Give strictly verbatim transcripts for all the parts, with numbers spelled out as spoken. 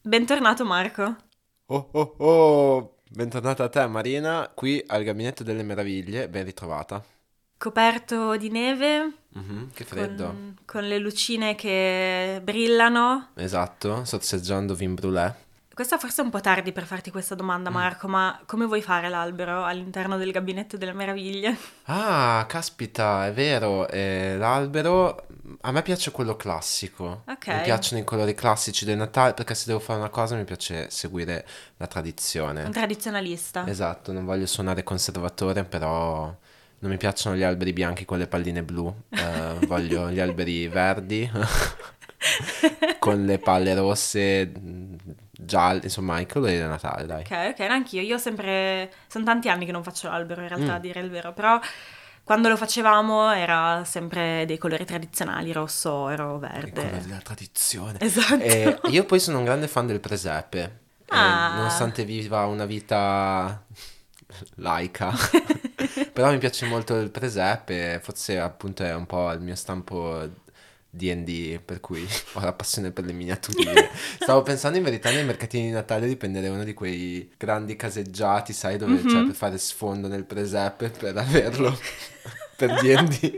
Bentornato Marco. Oh oh oh, bentornata a te Marina, qui al Gabinetto delle Meraviglie, ben ritrovata. Coperto di neve, Mhm, che freddo. con, con le lucine che brillano. Esatto, sto assaggiando vin brûlée. Questa forse è un po' tardi per farti questa domanda, Mm. Marco, ma come vuoi fare l'albero all'interno del Gabinetto delle Meraviglie? Ah, caspita, è vero, eh, l'albero, a me piace quello classico. Ok, Mi piacciono i colori classici del Natale perché se devo fare una cosa mi piace seguire la un tradizione. tradizionalista. Esatto, non voglio suonare conservatore, però non mi piacciono gli alberi bianchi con le palline blu, eh, voglio gli alberi verdi con le palle rosse, mh, gialle, insomma, i colori del Natale, dai. Ok, ok, anch'io. Io ho sempre... Sono tanti anni che non faccio l'albero, in realtà, a Mm, dire il vero, però quando lo facevamo era sempre dei colori tradizionali, rosso, oro, i colori verde. della tradizione. E Esatto. io poi sono un grande fan del presepe, e Ah. nonostante viva una vita laica, però mi piace molto il presepe, forse appunto è un po' il mio stampo D and D, per cui ho la passione per le miniaturine. Stavo pensando in verità nei mercatini di Natale di prendere uno di quei grandi caseggiati, sai, dove c'è per Mhm. fare sfondo nel presepe per averlo per D and D.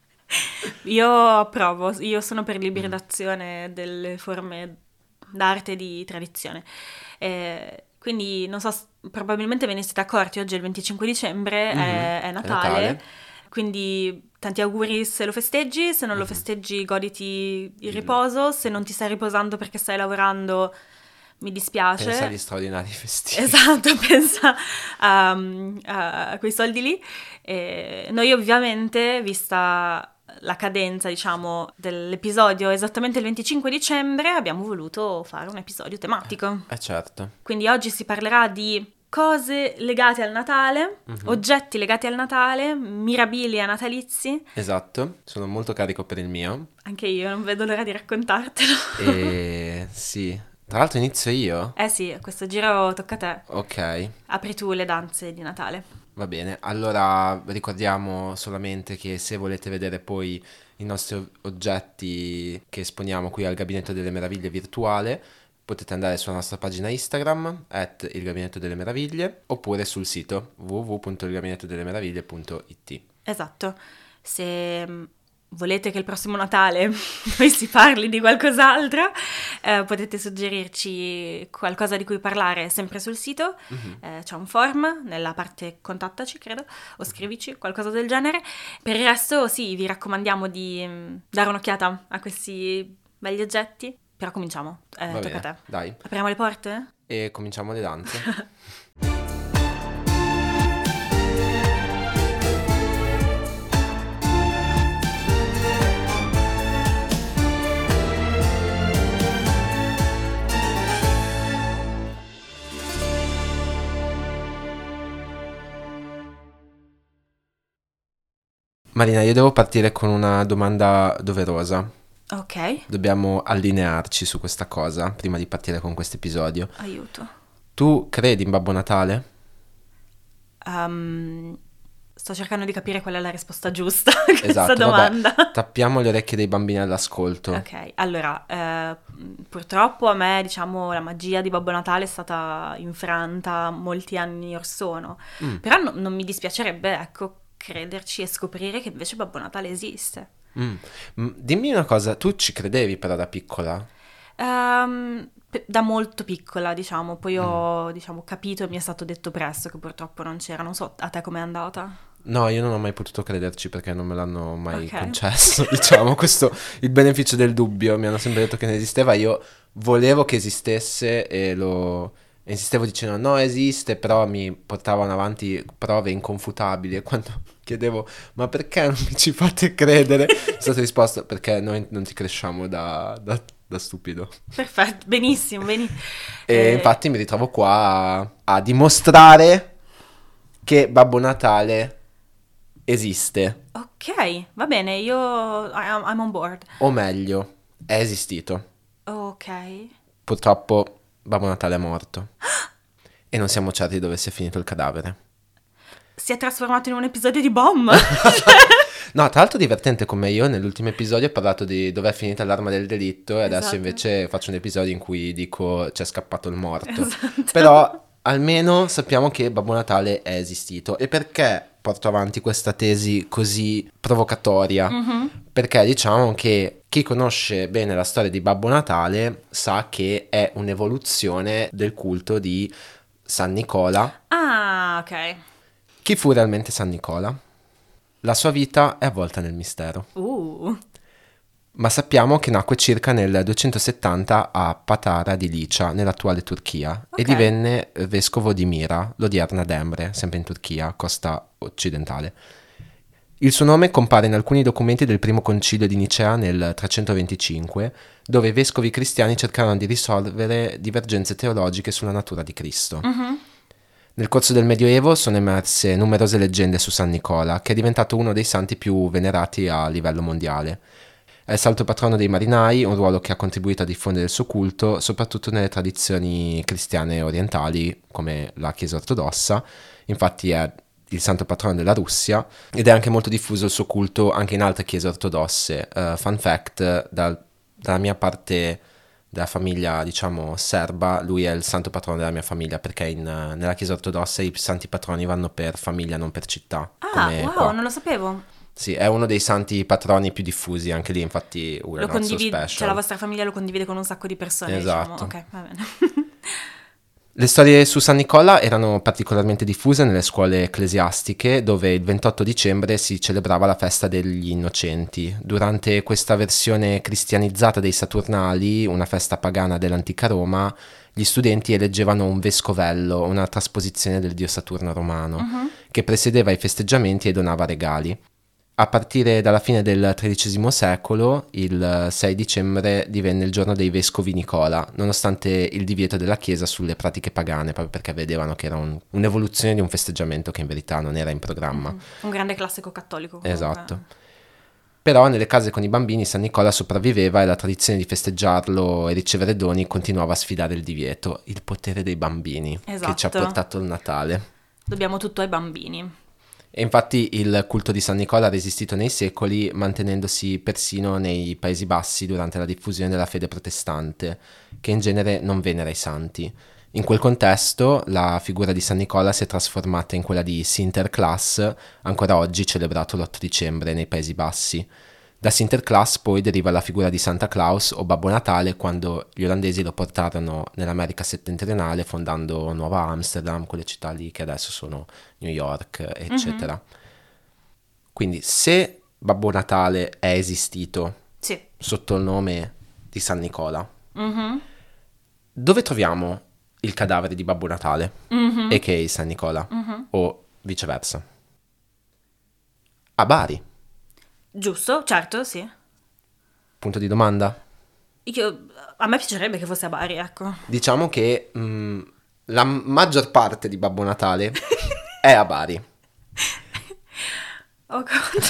Io approvo, io sono per l'ibridazione delle forme d'arte e di tradizione. Eh, quindi, non so, s- probabilmente ve ne siete accorti, oggi è il venticinque dicembre, Mhm. è, è È Natale, Natale. quindi tanti auguri se lo festeggi, se non lo Mhm. festeggi goditi il Il- riposo, se non ti stai riposando perché stai lavorando mi Pensa agli dispiace. straordinari festivi. Esatto, pensa a, a quei soldi lì. E noi ovviamente, vista la cadenza, diciamo, dell'episodio esattamente il venticinque dicembre, abbiamo voluto fare un episodio tematico. Eh certo. Quindi oggi si parlerà di cose legate al Natale, Mhm. oggetti legati al Natale, mirabilia natalizi. Esatto, sono molto carico per il mio. Anche io non vedo l'ora di raccontartelo. E sì, tra l'altro inizio io. Eh sì, a questo giro tocca a te. Ok, Apri tu le danze di Natale. va bene. Allora ricordiamo solamente che se volete vedere poi i nostri o- oggetti che esponiamo qui al Gabinetto delle Meraviglie virtuale, potete andare sulla nostra pagina Instagram, at il Gabinetto delle Meraviglie, oppure sul sito w w w punto il gabinetto delle meraviglie punto i t. Esatto, se mm, volete che il prossimo Natale poi si parli di qualcos'altro, eh, potete suggerirci qualcosa di cui parlare sempre sul sito, Mhm. eh, c'è un form nella parte contattaci, credo, o scrivici, qualcosa del genere. Per il resto, sì, vi raccomandiamo di mm, dare un'occhiata a questi belli oggetti, però cominciamo, eh, Va tocca a bene, te. dai. Apriamo le porte? E cominciamo le danze. Marina, io devo partire con una domanda doverosa. Ok, Dobbiamo allinearci su questa cosa prima di partire con questo episodio. aiuto. Tu credi in Babbo Natale? Um, sto cercando di capire qual è la risposta giusta a questa Esatto, vabbè, domanda. tappiamo le orecchie dei bambini all'ascolto. Ok, allora, eh, purtroppo a me, diciamo, la magia di Babbo Natale è stata infranta molti anni or sono, Mm, però no- non mi dispiacerebbe, ecco, crederci e scoprire che invece Babbo Natale esiste. mm. Mm, dimmi una cosa, tu ci credevi però da piccola? Ehm, pe- da molto piccola, diciamo, poi Mm. ho, diciamo, capito e mi è stato detto presto che purtroppo non c'era, non so, a te com'è andata? No, io non ho mai potuto crederci perché non me l'hanno mai Ok. concesso, diciamo, questo, il beneficio del dubbio, mi hanno sempre detto che non esisteva, io volevo che esistesse e lo e insistevo dicendo no, esiste, però mi portavano avanti prove inconfutabili e quando chiedevo ma perché non mi ci fate credere? È stato risposto perché noi non ti cresciamo da, da- da stupido. Perfetto, benissimo, benissimo. E infatti mi ritrovo qua a, a dimostrare che Babbo Natale esiste. Ok, va bene, io I'm, I'm on board. O meglio, è esistito. Ok. Purtroppo Babbo Natale è morto e non siamo certi dove sia finito il cadavere. si è trasformato in un episodio di Bomb. No, tra l'altro divertente come io nell'ultimo episodio ho parlato di dove è finita l'arma del delitto e adesso Esatto. invece faccio un episodio in cui dico c'è scappato il morto. Esatto. Però almeno sappiamo che Babbo Natale è esistito. E perché porto avanti questa tesi così provocatoria? Mm-hmm. Perché diciamo che chi conosce bene la storia di Babbo Natale sa che è un'evoluzione del culto di San Nicola. Ah, ok. Chi fu realmente San Nicola? La sua vita è avvolta nel mistero. Uh. Ma sappiamo che nacque circa nel duecentosettanta a Patara di Licia, nell'attuale Turchia, Ok. e divenne vescovo di Mira, l'odierna Demre, sempre in Turchia, costa occidentale. Il suo nome compare in alcuni documenti del primo concilio di Nicea nel trecentoventicinque, dove i vescovi cristiani cercarono di risolvere divergenze teologiche sulla natura di Cristo. Mm-hmm. Nel corso del Medioevo sono emerse numerose leggende su San Nicola, che è diventato uno dei santi più venerati a livello mondiale. È il santo patrono dei marinai, un ruolo che ha contribuito a diffondere il suo culto, soprattutto nelle tradizioni cristiane orientali, come la Chiesa ortodossa. Infatti è il santo patrono della Russia ed è anche molto diffuso il suo culto anche in altre chiese ortodosse. Uh, fun fact, dal, dalla mia parte della famiglia, diciamo, serba, lui è il santo patrono della mia famiglia, perché in, nella chiesa ortodossa i santi patroni vanno per famiglia, non per città. Ah, come wow, qua. non lo sapevo. Sì, è uno dei santi patroni più diffusi, anche lì infatti uh, Lo condivide, special. cioè la vostra famiglia lo condivide con un sacco di persone, Esatto. diciamo. Ok, va bene. Le storie su San Nicola erano particolarmente diffuse nelle scuole ecclesiastiche, dove il ventotto dicembre si celebrava la festa degli innocenti. Durante questa versione cristianizzata dei Saturnali, una festa pagana dell'antica Roma, gli studenti eleggevano un vescovello, una trasposizione del dio Saturno romano, Uh-huh. che presiedeva i festeggiamenti e donava regali. A partire dalla fine del tredicesimo secolo, il sei dicembre divenne il giorno dei vescovi Nicola, nonostante il divieto della Chiesa sulle pratiche pagane, proprio perché vedevano che era un, un'evoluzione di un festeggiamento che in verità non era in programma. Mm-hmm. Un grande classico cattolico. Comunque. Esatto. Però nelle case con i bambini San Nicola sopravviveva e la tradizione di festeggiarlo e ricevere doni continuava a sfidare il divieto, il potere dei bambini, Esatto. che ci ha portato il Natale. Dobbiamo tutto ai bambini. E infatti il culto di San Nicola ha resistito nei secoli, mantenendosi persino nei Paesi Bassi durante la diffusione della fede protestante, che in genere non venera i santi. In quel contesto la figura di San Nicola si è trasformata in quella di Sinterklaas, ancora oggi celebrato l'otto dicembre nei Paesi Bassi. Da Sinterklaas poi deriva la figura di Santa Claus o Babbo Natale, quando gli olandesi lo portarono nell'America settentrionale fondando Nuova Amsterdam, quelle città lì che adesso sono New York, eccetera. Mm-hmm. Quindi se Babbo Natale è esistito sì. sotto il nome di San Nicola, mm-hmm. dove troviamo il cadavere di Babbo Natale, mm-hmm. a k a. San Nicola, mm-hmm. o viceversa? A Bari. Giusto, certo, sì. Punto di domanda? Io, a me piacerebbe che fosse a Bari, ecco. Diciamo che mh, la maggior parte di Babbo Natale è a Bari. Oh God.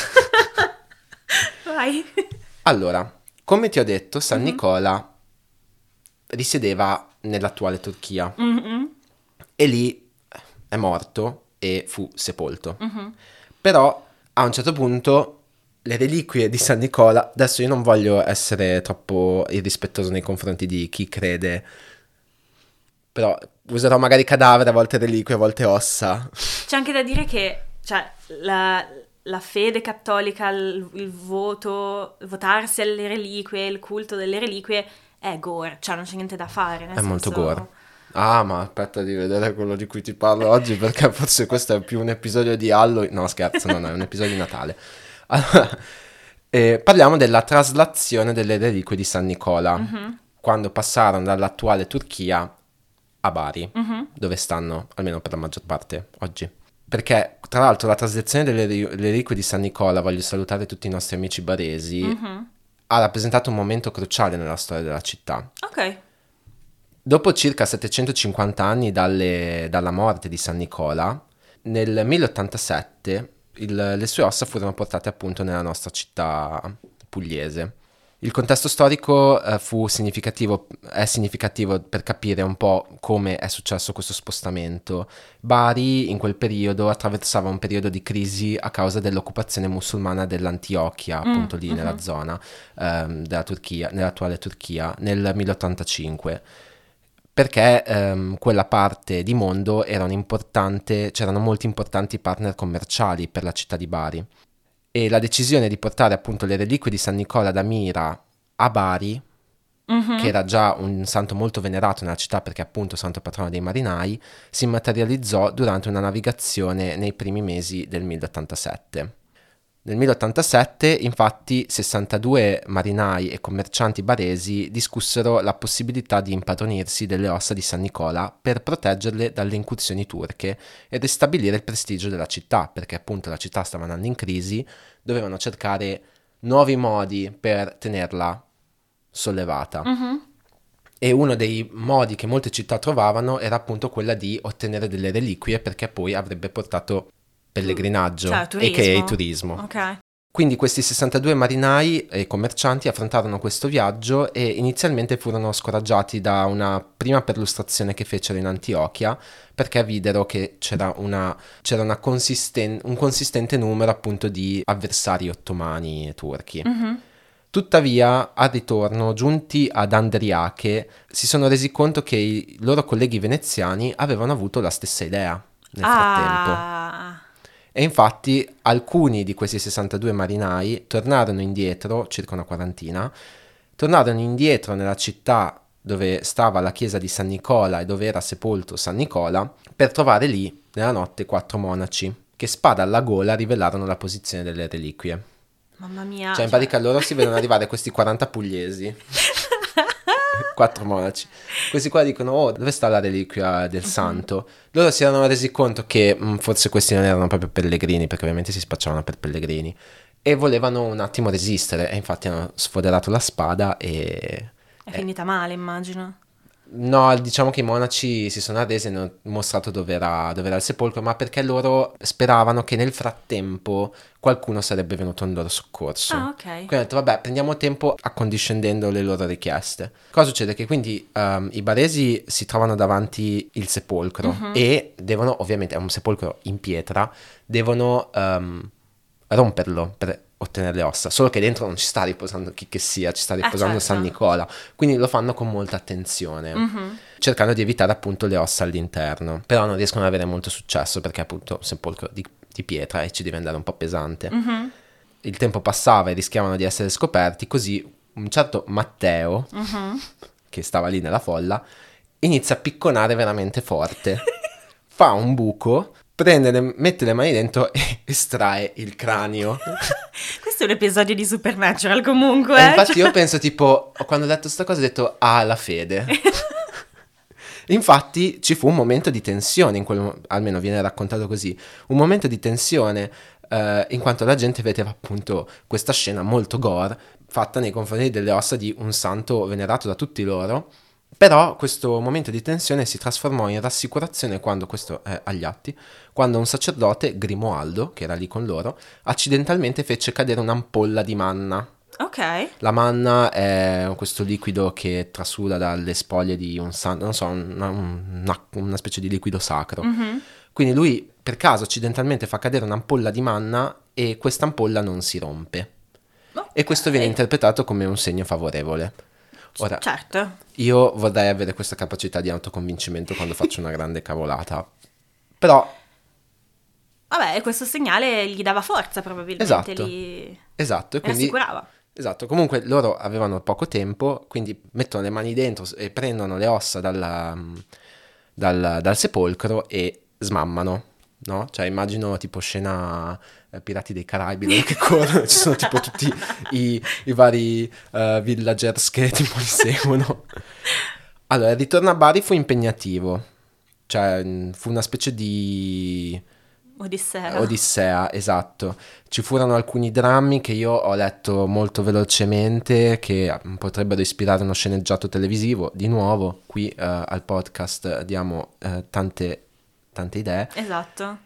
Vai. Allora, come ti ho detto, San mm-hmm. Nicola risiedeva nell'attuale Turchia mm-hmm. e lì è morto e fu sepolto. Mm-hmm. Però a un certo punto le reliquie di San Nicola, adesso io non voglio essere troppo irrispettoso nei confronti di chi crede, però userò magari cadavere, a volte reliquie, a volte ossa. C'è anche da dire che, cioè, la, la fede cattolica, il, il voto, votarsi alle reliquie, il culto delle reliquie è gore, cioè non c'è niente da fare. Nel È senso... molto gore. Ah, ma aspetta di vedere quello di cui ti parlo oggi, perché forse questo è più un episodio di Halloween. No, scherzo, non è un episodio di Natale. Allora, eh, parliamo della traslazione delle reliquie di San Nicola, mm-hmm. quando passarono dall'attuale Turchia a Bari, mm-hmm. dove stanno, almeno per la maggior parte, oggi. Perché, tra l'altro, la traslazione delle reliquie di San Nicola, voglio salutare tutti i nostri amici baresi, mm-hmm. ha rappresentato un momento cruciale nella storia della città. Ok. Dopo circa settecentocinquanta anni dalle, dalla morte di San Nicola, nel milleottantasette il, le sue ossa furono portate appunto nella nostra città pugliese. Il contesto storico eh, fu significativo, è significativo per capire un po' come è successo questo spostamento. Bari in quel periodo attraversava un periodo di crisi a causa dell'occupazione musulmana dell'Antiochia, Mm, appunto lì mhm. nella zona ehm, della Turchia, nell'attuale Turchia, nel mille ottantacinque. Perché ehm, quella parte di mondo era un importante, c'erano molti importanti partner commerciali per la città di Bari. E la decisione di portare appunto le reliquie di San Nicola da Mira a Bari, Mhm. che era già un santo molto venerato nella città perché è appunto santo patrono dei marinai, si materializzò durante una navigazione nei primi mesi del mille ottantasette. Nel mille ottantasette, infatti, sessantadue marinai e commercianti baresi discussero la possibilità di impadronirsi delle ossa di San Nicola per proteggerle dalle incursioni turche e ristabilire il prestigio della città, perché appunto la città stava andando in crisi, dovevano cercare nuovi modi per tenerla sollevata. Mhm. E uno dei modi che molte città trovavano era appunto quella di ottenere delle reliquie perché poi avrebbe portato pellegrinaggio, Cioè, a k turismo. a turismo. Ok. Quindi questi sessantadue marinai e commercianti affrontarono questo viaggio e inizialmente furono scoraggiati da una prima perlustrazione che fecero in Antiochia perché videro che c'era, una, c'era una consisten- un consistente numero appunto di avversari ottomani e turchi. Mhm. Tuttavia, al ritorno, giunti ad Andriache, si sono resi conto che i loro colleghi veneziani avevano avuto la stessa idea nel frattempo. Ah. E infatti alcuni di questi sessantadue marinai tornarono indietro, circa una quarantina, tornarono indietro nella città dove stava la chiesa di San Nicola e dove era sepolto San Nicola, per trovare lì, nella notte, quattro monaci, che spada alla gola rivelarono la posizione delle reliquie. Mamma mia. Cioè in pratica loro si vedono arrivare questi quaranta pugliesi, quattro monaci. Questi qua dicono, oh, dove sta la reliquia del santo? Loro si erano resi conto che mh, forse questi non erano proprio pellegrini, perché ovviamente si spacciavano per pellegrini, e volevano un attimo resistere, e infatti hanno sfoderato la spada e... È finita male, immagino. No, diciamo che i monaci si sono arresi e hanno mostrato dove era, dove era il sepolcro, ma perché loro speravano che nel frattempo qualcuno sarebbe venuto in loro soccorso. Ah, ok. Quindi hanno detto, vabbè, prendiamo tempo accondiscendendo le loro richieste. Cosa succede? Che quindi um, i baresi si trovano davanti il sepolcro Mhm. e devono, ovviamente è un sepolcro in pietra, devono um, romperlo per ottenere le ossa, solo che dentro non ci sta riposando chi che sia, ci sta riposando certo. San Nicola, quindi lo fanno con molta attenzione, Mhm. cercando di evitare appunto le ossa all'interno, però non riescono ad avere molto successo perché appunto un sepolcro di, di pietra e ci deve andare un po' pesante. Mhm. Il tempo passava e rischiavano di essere scoperti, così un certo Matteo, Mhm. che stava lì nella folla, inizia a picconare veramente forte, fa un buco, prende, le, mette le mani dentro e estrae il cranio. Questo è un episodio di Supernatural comunque. E eh, infatti cioè- io penso tipo, quando ho letto sta cosa ho detto, ah, la fede. Infatti ci fu un momento di tensione, in quel, mo- almeno viene raccontato così, un momento di tensione eh, in quanto la gente vedeva appunto questa scena molto gore fatta nei confronti delle ossa di un santo venerato da tutti loro. Però questo momento di tensione si trasformò in rassicurazione quando, questo è agli atti, quando un sacerdote, Grimoaldo, che era lì con loro, accidentalmente fece cadere un'ampolla di manna. Ok. La manna è questo liquido che trasuda dalle spoglie di un santo, non so, una, una, una specie di liquido sacro. Mhm. Quindi lui per caso accidentalmente fa cadere un'ampolla di manna e questa ampolla non si rompe. E questo viene Ok. interpretato come un segno favorevole. Ora, Certo. io vorrei avere questa capacità di autoconvincimento quando faccio una grande cavolata. Però, Vabbè, questo segnale gli dava forza probabilmente, esatto, li esatto, e li quindi... rassicurava. Esatto, comunque loro avevano poco tempo, quindi mettono le mani dentro e prendono le ossa dalla- dal, dal sepolcro e smammano, no? Cioè immagino tipo scena eh, Pirati dei Caraibi, loro che corrono, ci sono tipo tutti i, i vari eh, villagers che tipo li seguono. Allora, il ritorno a Bari fu impegnativo, cioè mh, fu una specie di... Odissea. Odissea, esatto. Ci furono alcuni drammi che io ho letto molto velocemente che potrebbero ispirare uno sceneggiato televisivo. Di nuovo, qui eh, al podcast diamo eh, tante, tante idee. Esatto.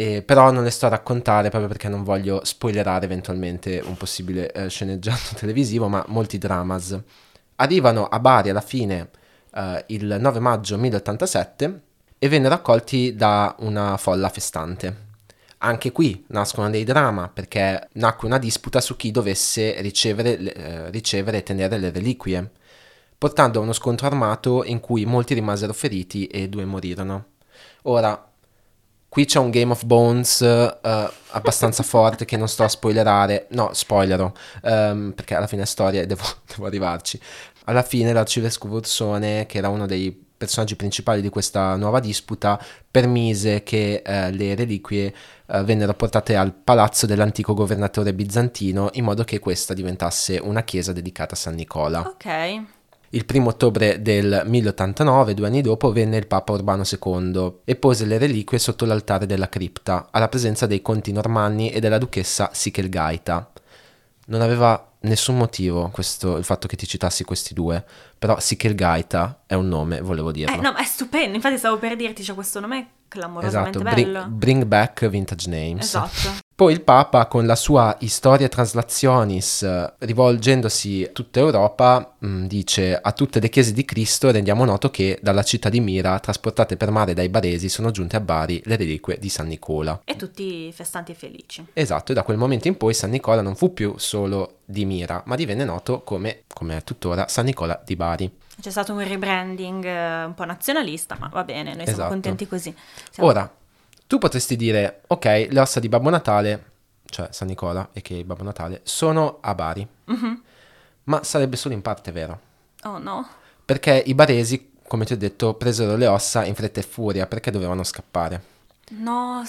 E però non le sto a raccontare proprio perché non voglio spoilerare eventualmente un possibile eh, sceneggiato televisivo, ma molti dramas. Arrivano a Bari alla fine eh, il nove maggio milleottantasette e vennero accolti da una folla festante. Anche qui nascono dei drama perché nacque una disputa su chi dovesse ricevere, eh, ricevere e tenere le reliquie, portando a uno scontro armato in cui molti rimasero feriti e due morirono. Ora, qui c'è un Game of Bones uh, abbastanza forte che non sto a spoilerare, no, spoilerò, um, perché alla fine è storia e devo, devo arrivarci. Alla fine l'arcivescovo Ursone, che era uno dei personaggi principali di questa nuova disputa, permise che uh, le reliquie uh, vennero portate al palazzo dell'antico governatore bizantino in modo che questa diventasse una chiesa dedicata a San Nicola. Ok. Il primo ottobre del milleottantanove, due anni dopo, venne il Papa Urbano secondo e pose le reliquie sotto l'altare della cripta, alla presenza dei conti normanni e della duchessa Sichelgaita. Non aveva nessun motivo questo, il fatto che ti citassi questi due, però Sichelgaita è un nome, volevo dirlo. Eh, no, è stupendo, infatti stavo per dirti, c'è questo nome clamorosamente esatto, bello. Bring, bring back vintage names. Esatto. Poi il Papa, con la sua Historia Translationis, rivolgendosi a tutta Europa, mh, dice: a tutte le chiese di Cristo rendiamo noto che dalla città di Mira, trasportate per mare dai baresi, sono giunte a Bari le reliquie di San Nicola. E tutti festanti e felici. Esatto, e da quel momento in poi San Nicola non fu più solo di Mira, ma divenne noto come, come è tuttora, San Nicola di Bari. C'è stato un rebranding eh, un po' nazionalista, ma va bene, noi siamo Esatto. contenti così. Siamo... Ora, tu potresti dire, ok, le ossa di Babbo Natale, cioè San Nicola e che Babbo Natale, sono a Bari. Mm-hmm. Ma sarebbe solo in parte vero. Oh no. Perché i baresi, come ti ho detto, presero le ossa in fretta e furia perché dovevano scappare. No.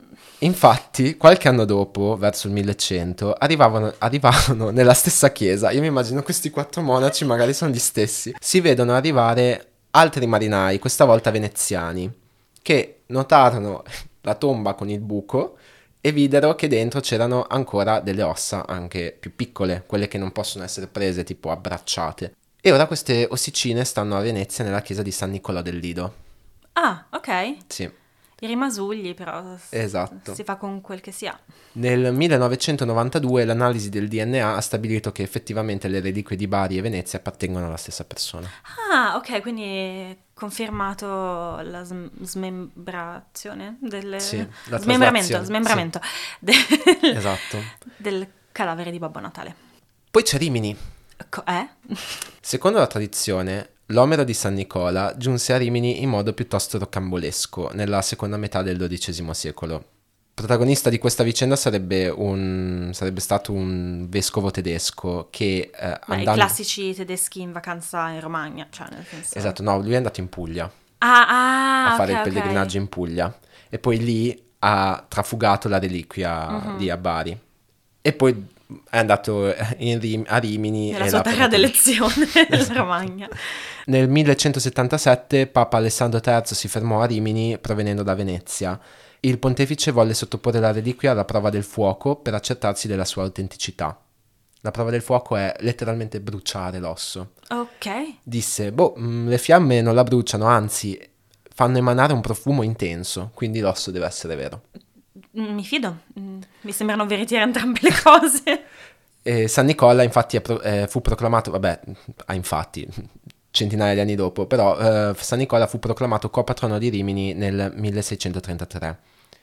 Infatti, qualche anno dopo, verso il millecento, arrivavano, arrivavano nella stessa chiesa. Io mi immagino questi quattro monaci, magari sono gli stessi. Si vedono arrivare altri marinai, questa volta veneziani, che notarono la tomba con il buco e videro che dentro c'erano ancora delle ossa anche più piccole, quelle che non possono essere prese tipo abbracciate. E ora queste ossicine stanno a Venezia nella chiesa di San Nicolò del Lido. Ah, ok. Sì. I rimasugli però Esatto. si fa con quel che si ha. Nel millenovecentonovantadue l'analisi del D N A ha stabilito che effettivamente le reliquie di Bari e Venezia appartengono alla stessa persona. Ah, ok, quindi confermato la sm- smembrazione del... Sì, la smembramento, traslazione, smembramento sì. del... Esatto. del cadavere di Babbo Natale. Poi c'è Rimini. Co- eh? Secondo la tradizione, l'omero di San Nicola giunse a Rimini in modo piuttosto rocambolesco nella seconda metà del dodicesimo secolo. Protagonista di questa vicenda sarebbe, un, sarebbe stato un vescovo tedesco che eh, Beh, andando... i classici tedeschi in vacanza in Romagna, cioè nel senso... Esatto, no, lui è andato in Puglia Ah, ah, a fare ok, il pellegrinaggio ok. in Puglia e poi lì ha trafugato la reliquia Mhm. lì a Bari e poi è andato in Rim- a Rimini Nella e sua l'ha terra portato lì. d'elezione, la Romagna. Nel millecentosettantasette Papa Alessandro terzo si fermò a Rimini provenendo da Venezia. Il pontefice volle sottoporre la reliquia alla prova del fuoco per accertarsi della sua autenticità. La prova del fuoco è letteralmente bruciare l'osso. Ok. Disse, boh, mh, le fiamme non la bruciano, anzi fanno emanare un profumo intenso, quindi l'osso deve essere vero. Mm, Mi fido, Mm, mi sembrano veritiere entrambe le cose. E San Nicola infatti è pro- eh, fu proclamato, vabbè, ah, infatti, centinaia di anni dopo, però eh, San Nicola fu proclamato copatrono di Rimini nel milleseicentotrentatré.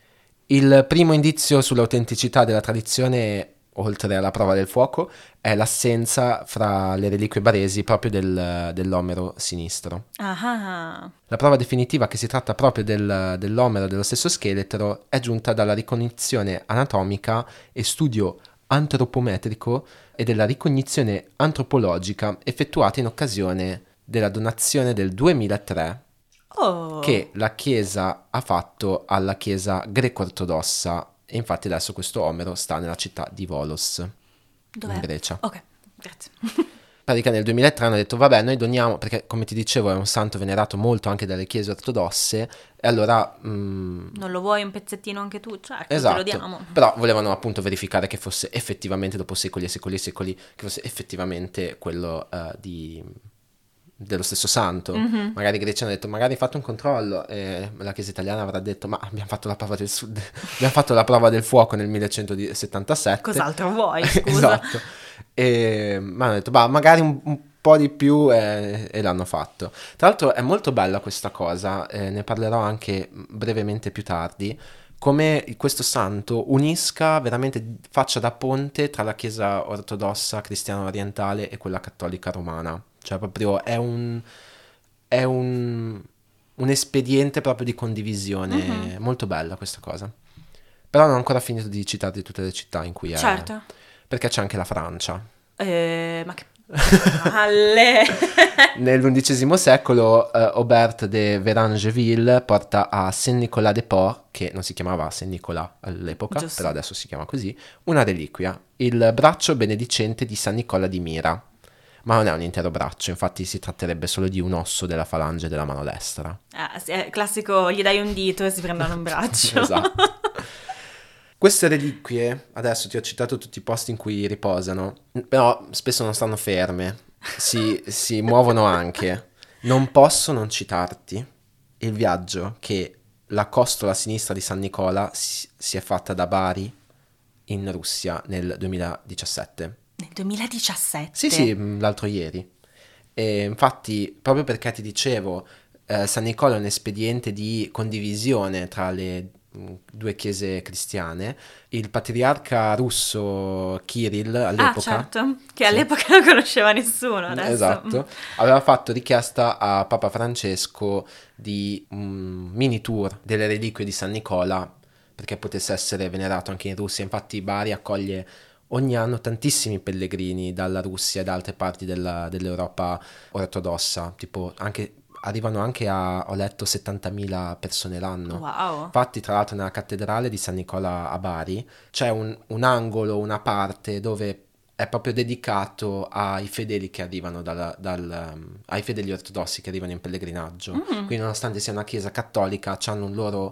Il primo indizio sull'autenticità della tradizione, oltre alla prova del fuoco, è l'assenza fra le reliquie baresi proprio del, dell'omero sinistro. Ah, La prova definitiva che si tratta proprio del, dell'omero dello stesso scheletro è giunta dalla ricognizione anatomica e studio antropometrico e della ricognizione antropologica effettuata in occasione della donazione del duemilatré oh. che la Chiesa ha fatto alla Chiesa greco-ortodossa e infatti adesso questo omero sta nella città di Volos, Dov'è? in Grecia. Ok, grazie. Pratica nel duemilatré hanno detto vabbè noi doniamo, perché come ti dicevo è un santo venerato molto anche dalle chiese ortodosse e allora... Mm, Non lo vuoi un pezzettino anche tu? Certo, esatto, te lo diamo. però volevano appunto verificare che fosse effettivamente dopo secoli e secoli e secoli, che fosse effettivamente quello uh, di, dello stesso santo. Mm-hmm. Magari i greci hanno detto magari fate un controllo, e la Chiesa italiana avrà detto ma abbiamo fatto la prova del sud abbiamo fatto la prova del fuoco nel millecentosettantasette, cos'altro vuoi, scusa? Esatto. E ma hanno detto bah, magari un, un po' di più, e, e l'hanno fatto. Tra l'altro è molto bella questa cosa, eh, ne parlerò anche brevemente più tardi, come questo santo unisca veramente, faccia da ponte tra la Chiesa ortodossa cristiana orientale e quella cattolica romana. Cioè proprio è un è un, un espediente proprio di condivisione. Mm-hmm. Molto bella questa cosa. Però non ho ancora finito di citarti tutte le città in cui è. Certo. Perché c'è anche la Francia. Eh, ma che palle! Nell'undicesimo secolo eh, Aubert de Varengeville porta a Saint-Nicolas-de-Port, che non si chiamava Saint-Nicolas all'epoca, Giusto. però adesso si chiama così, una reliquia, il braccio benedicente di San Nicola di Mira. Ma non è un intero braccio, infatti si tratterebbe solo di un osso della falange della mano destra. Ah, sì, è classico, gli dai un dito e si prendono un braccio. Esatto. Queste reliquie, adesso ti ho citato tutti i posti in cui riposano, però spesso non stanno ferme, si, si muovono anche. Non posso non citarti il viaggio che la costola sinistra di San Nicola si, si è fatta da Bari in Russia nel duemiladiciassette. Nel duemiladiciassette? Sì, sì, l'altro ieri. E infatti, proprio perché ti dicevo, eh, San Nicola è un espediente di condivisione tra le due chiese cristiane, il patriarca russo Kirill all'epoca, ah certo, che sì, all'epoca non conosceva nessuno adesso. Esatto, aveva fatto richiesta a Papa Francesco di un mini tour delle reliquie di San Nicola perché potesse essere venerato anche in Russia. Infatti Bari accoglie ogni anno tantissimi pellegrini dalla Russia e da altre parti della, dell'Europa ortodossa, tipo anche arrivano anche a, ho letto, settantamila persone l'anno. Wow. Infatti, tra l'altro, nella cattedrale di San Nicola a Bari c'è un, un angolo, una parte dove è proprio dedicato ai fedeli che arrivano dal, dal um, ai fedeli ortodossi che arrivano in pellegrinaggio. Mm. Quindi, nonostante sia una chiesa cattolica, hanno un loro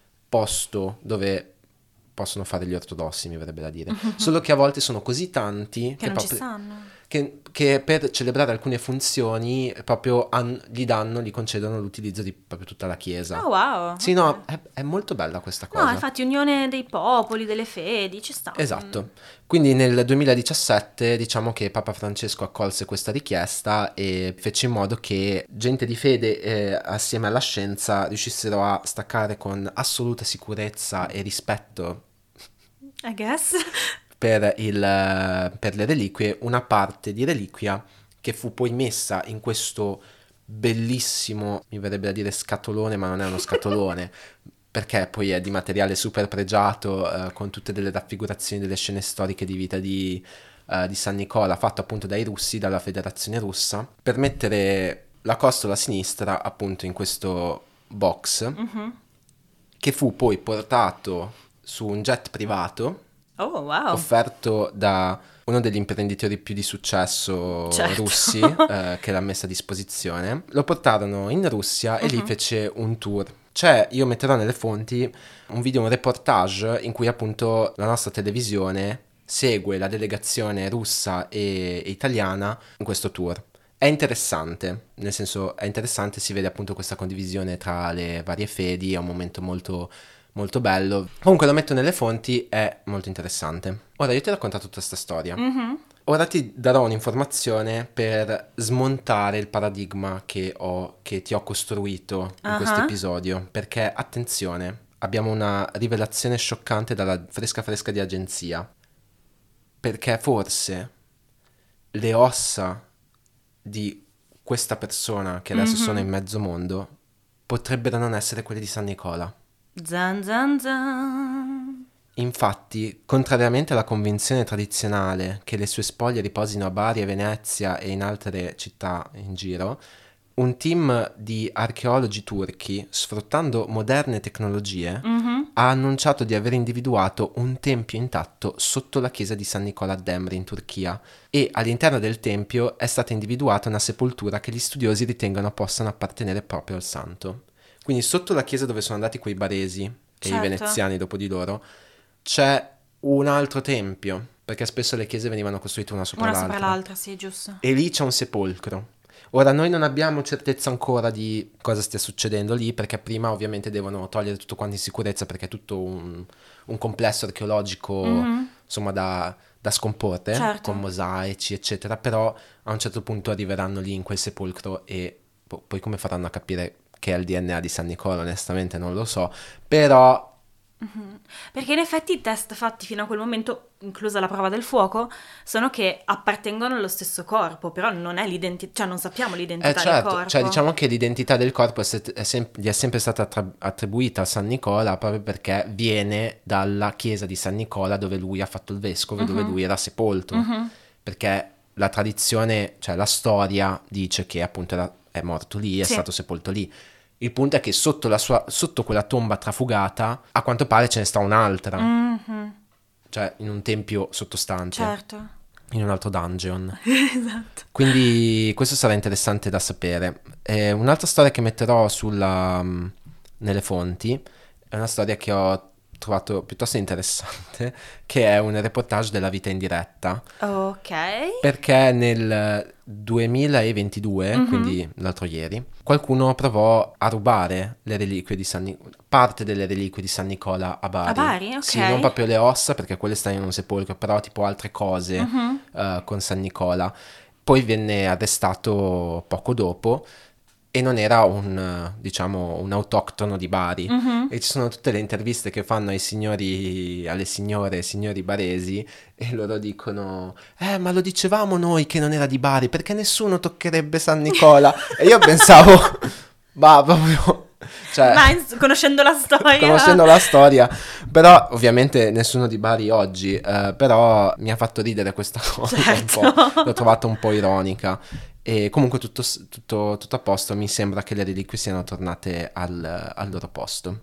posto dove possono fare gli ortodossi, mi verrebbe da dire. Mm-hmm. Solo che a volte sono così tanti che, che non proprio, ci stanno. Che, che per celebrare alcune funzioni proprio an, gli danno, gli concedono l'utilizzo di proprio tutta la chiesa. Oh wow. Sì, okay. No, è, è molto bella questa cosa. No, infatti unione dei popoli, delle fedi, ci sta. Esatto. Quindi nel duemiladiciassette diciamo che Papa Francesco accolse questa richiesta e fece in modo che gente di fede eh, assieme alla scienza riuscissero a staccare con assoluta sicurezza e rispetto, I guess, per, il, per le reliquie, una parte di reliquia che fu poi messa in questo bellissimo, mi verrebbe da dire scatolone, ma non è uno scatolone, perché poi è di materiale super pregiato, eh, con tutte delle raffigurazioni delle scene storiche di vita di, eh, di San Nicola, fatto appunto dai russi, dalla federazione russa, per mettere la costola sinistra appunto in questo box, mm-hmm. che fu poi portato su un jet privato. Oh, wow. Offerto da uno degli imprenditori più di successo, certo. russi, eh, che l'ha messa a disposizione. Lo portarono in Russia uh-huh. e lì fece un tour. C'è, io metterò nelle fonti, un video, un reportage in cui appunto la nostra televisione segue la delegazione russa e, e italiana in questo tour. È interessante, nel senso è interessante, si vede appunto questa condivisione tra le varie fedi, è un momento molto... molto bello. Comunque lo metto nelle fonti, è molto interessante. Ora io ti ho raccontato tutta questa storia. Mm-hmm. Ora ti darò un'informazione per smontare il paradigma che ho, che ti ho costruito in uh-huh. questo episodio. Perché, attenzione, abbiamo una rivelazione scioccante dalla fresca fresca di agenzia. Perché forse le ossa di questa persona che adesso mm-hmm. sono in mezzo mondo potrebbero non essere quelle di San Nicola. Zan zan zan. Infatti, contrariamente alla convinzione tradizionale che le sue spoglie riposino a Bari e Venezia e in altre città in giro, un team di archeologi turchi, sfruttando moderne tecnologie, mm-hmm. ha annunciato di aver individuato un tempio intatto sotto la chiesa di San Nicola a Demre in Turchia, e all'interno del tempio è stata individuata una sepoltura che gli studiosi ritengono possano appartenere proprio al santo. Quindi sotto la chiesa dove sono andati quei baresi e certo. i veneziani dopo di loro c'è un altro tempio, perché spesso le chiese venivano costruite una sopra una l'altra. Una sopra l'altra, sì, giusto. E lì c'è un sepolcro. Ora noi non abbiamo certezza ancora di cosa stia succedendo lì, perché prima ovviamente devono togliere tutto quanto in sicurezza, perché è tutto un, un complesso archeologico, mm-hmm. insomma da, da scomporre, certo. con mosaici eccetera, però a un certo punto arriveranno lì in quel sepolcro e po- poi come faranno a capire che è il D N A di San Nicola, onestamente non lo so, però... Mm-hmm. Perché in effetti i test fatti fino a quel momento, inclusa la prova del fuoco, sono che appartengono allo stesso corpo, però non è l'identità, cioè non sappiamo l'identità eh certo, del corpo. Cioè diciamo che l'identità del corpo è, se- è sem- gli è sempre stata attra- attribuita a San Nicola proprio perché viene dalla chiesa di San Nicola dove lui ha fatto il vescovo, uh-huh. dove lui era sepolto, uh-huh. perché la tradizione, cioè la storia dice che appunto era, è morto lì, è sì. stato sepolto lì. Il punto è che sotto, la sua, sotto quella tomba trafugata, a quanto pare ce ne sta un'altra. Mm-hmm. Cioè, in un tempio sottostante. Certo. In un altro dungeon. Esatto. Quindi questo sarà interessante da sapere. E un'altra storia che metterò sulla, nelle fonti è una storia che ho trovato piuttosto interessante, che è un reportage della vita in diretta. Ok. Perché nel duemilaventidue, mm-hmm. quindi l'altro ieri, qualcuno provò a rubare le reliquie di San Nicola, parte delle reliquie di San Nicola a Bari. A Bari, ok. Sì, non proprio le ossa, perché quelle stanno in un sepolcro, però tipo altre cose mm-hmm. uh, con San Nicola. Poi venne arrestato poco dopo e non era un, diciamo, un autoctono di Bari. Mm-hmm. E ci sono tutte le interviste che fanno ai signori, alle signore e signori baresi, e loro dicono eh ma lo dicevamo noi che non era di Bari, perché nessuno toccherebbe San Nicola. E io pensavo ma proprio cioè, ma conoscendo la storia conoscendo la storia però ovviamente nessuno di Bari oggi, eh, però mi ha fatto ridere questa cosa, certo. un po', l'ho trovata un po' ironica. E comunque tutto, tutto, tutto a posto, mi sembra che le reliquie siano tornate al, al loro posto.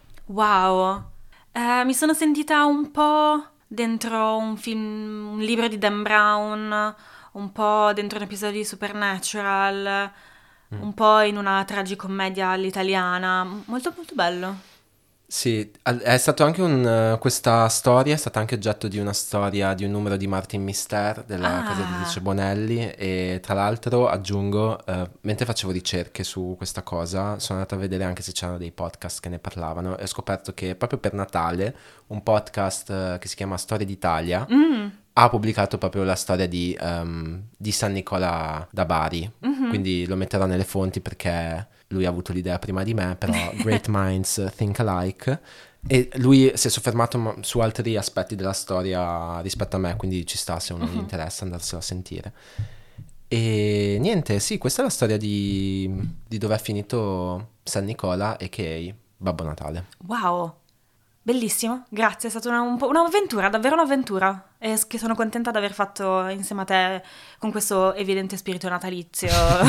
Wow, eh, mi sono sentita un po' dentro un film, un libro di Dan Brown, un po' dentro un episodio di Supernatural, mm. un po' in una tragicommedia all'italiana, molto molto bello. Sì, è stato anche un, questa storia è stata anche oggetto di una storia di un numero di Martin Mister della ah. casa editrice Bonelli, e tra l'altro aggiungo, eh, mentre facevo ricerche su questa cosa sono andato a vedere anche se c'erano dei podcast che ne parlavano e ho scoperto che proprio per Natale un podcast eh, che si chiama Storie d'Italia mm. ha pubblicato proprio la storia di, um, di San Nicola da Bari, mm-hmm. quindi lo metterò nelle fonti perché lui ha avuto l'idea prima di me, però great minds think alike, e lui si è soffermato su altri aspetti della storia rispetto a me, quindi ci sta, se uno uh-huh. gli interessa andarselo a sentire. E niente, sì, questa è la storia di, di dove è finito San Nicola a k a. Babbo Natale. Wow, bellissimo, grazie, è stata una, un po' un'avventura, davvero un'avventura, e che sono contenta di aver fatto insieme a te con questo evidente spirito natalizio.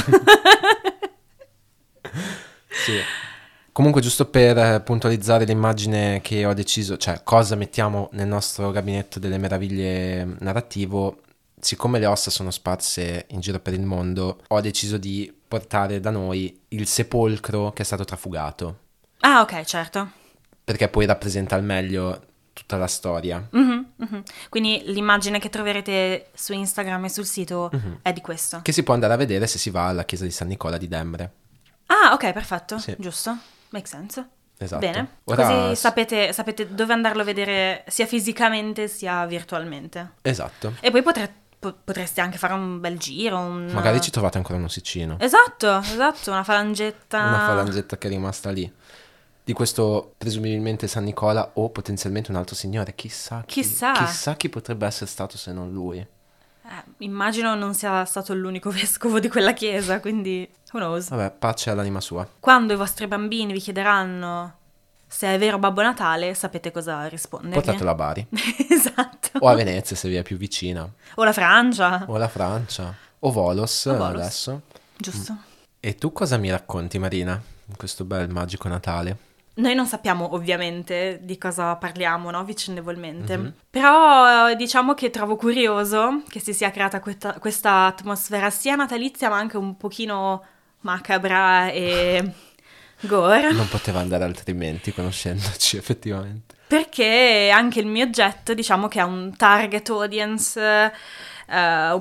Sì. Comunque, giusto per puntualizzare l'immagine che ho deciso, cioè cosa mettiamo nel nostro gabinetto delle meraviglie narrativo, siccome le ossa sono sparse in giro per il mondo, ho deciso di portare da noi il sepolcro che è stato trafugato. Ah, ok, certo. Perché poi rappresenta al meglio tutta la storia. Mm-hmm, mm-hmm. Quindi l'immagine che troverete su Instagram e sul sito mm-hmm. è di questo. Che si può andare a vedere se si va alla chiesa di San Nicola di Dembre. Ah, ok, perfetto, sì. Giusto, make sense. Esatto. Bene, Ora... così sapete, sapete dove andarlo a vedere sia fisicamente sia virtualmente. Esatto. E poi potre, po- potreste anche fare un bel giro. Un... Magari ci trovate ancora un ossicino. Esatto, esatto, una falangetta. Una falangetta che è rimasta lì. Di questo presumibilmente San Nicola o potenzialmente un altro signore, chissà chi, chissà. chissà chi potrebbe essere stato se non lui. Eh, immagino non sia stato l'unico vescovo di quella chiesa, quindi who knows. Vabbè, pace all'anima sua. Quando i vostri bambini vi chiederanno se è vero Babbo Natale, sapete cosa rispondergli. Portatelo a Bari. Esatto. O a Venezia se vi è più vicina. O la Francia. O la Francia. O Volos, o Volos. Adesso. Giusto. E tu cosa mi racconti, Marina, in questo bel magico Natale? Noi non sappiamo ovviamente di cosa parliamo, no? Vicendevolmente. Mm-hmm. Però diciamo che trovo curioso che si sia creata questa, questa atmosfera sia natalizia ma anche un pochino macabra e gore. Non poteva andare altrimenti conoscendoci effettivamente. Perché anche il mio oggetto diciamo che ha un target audience uh, un,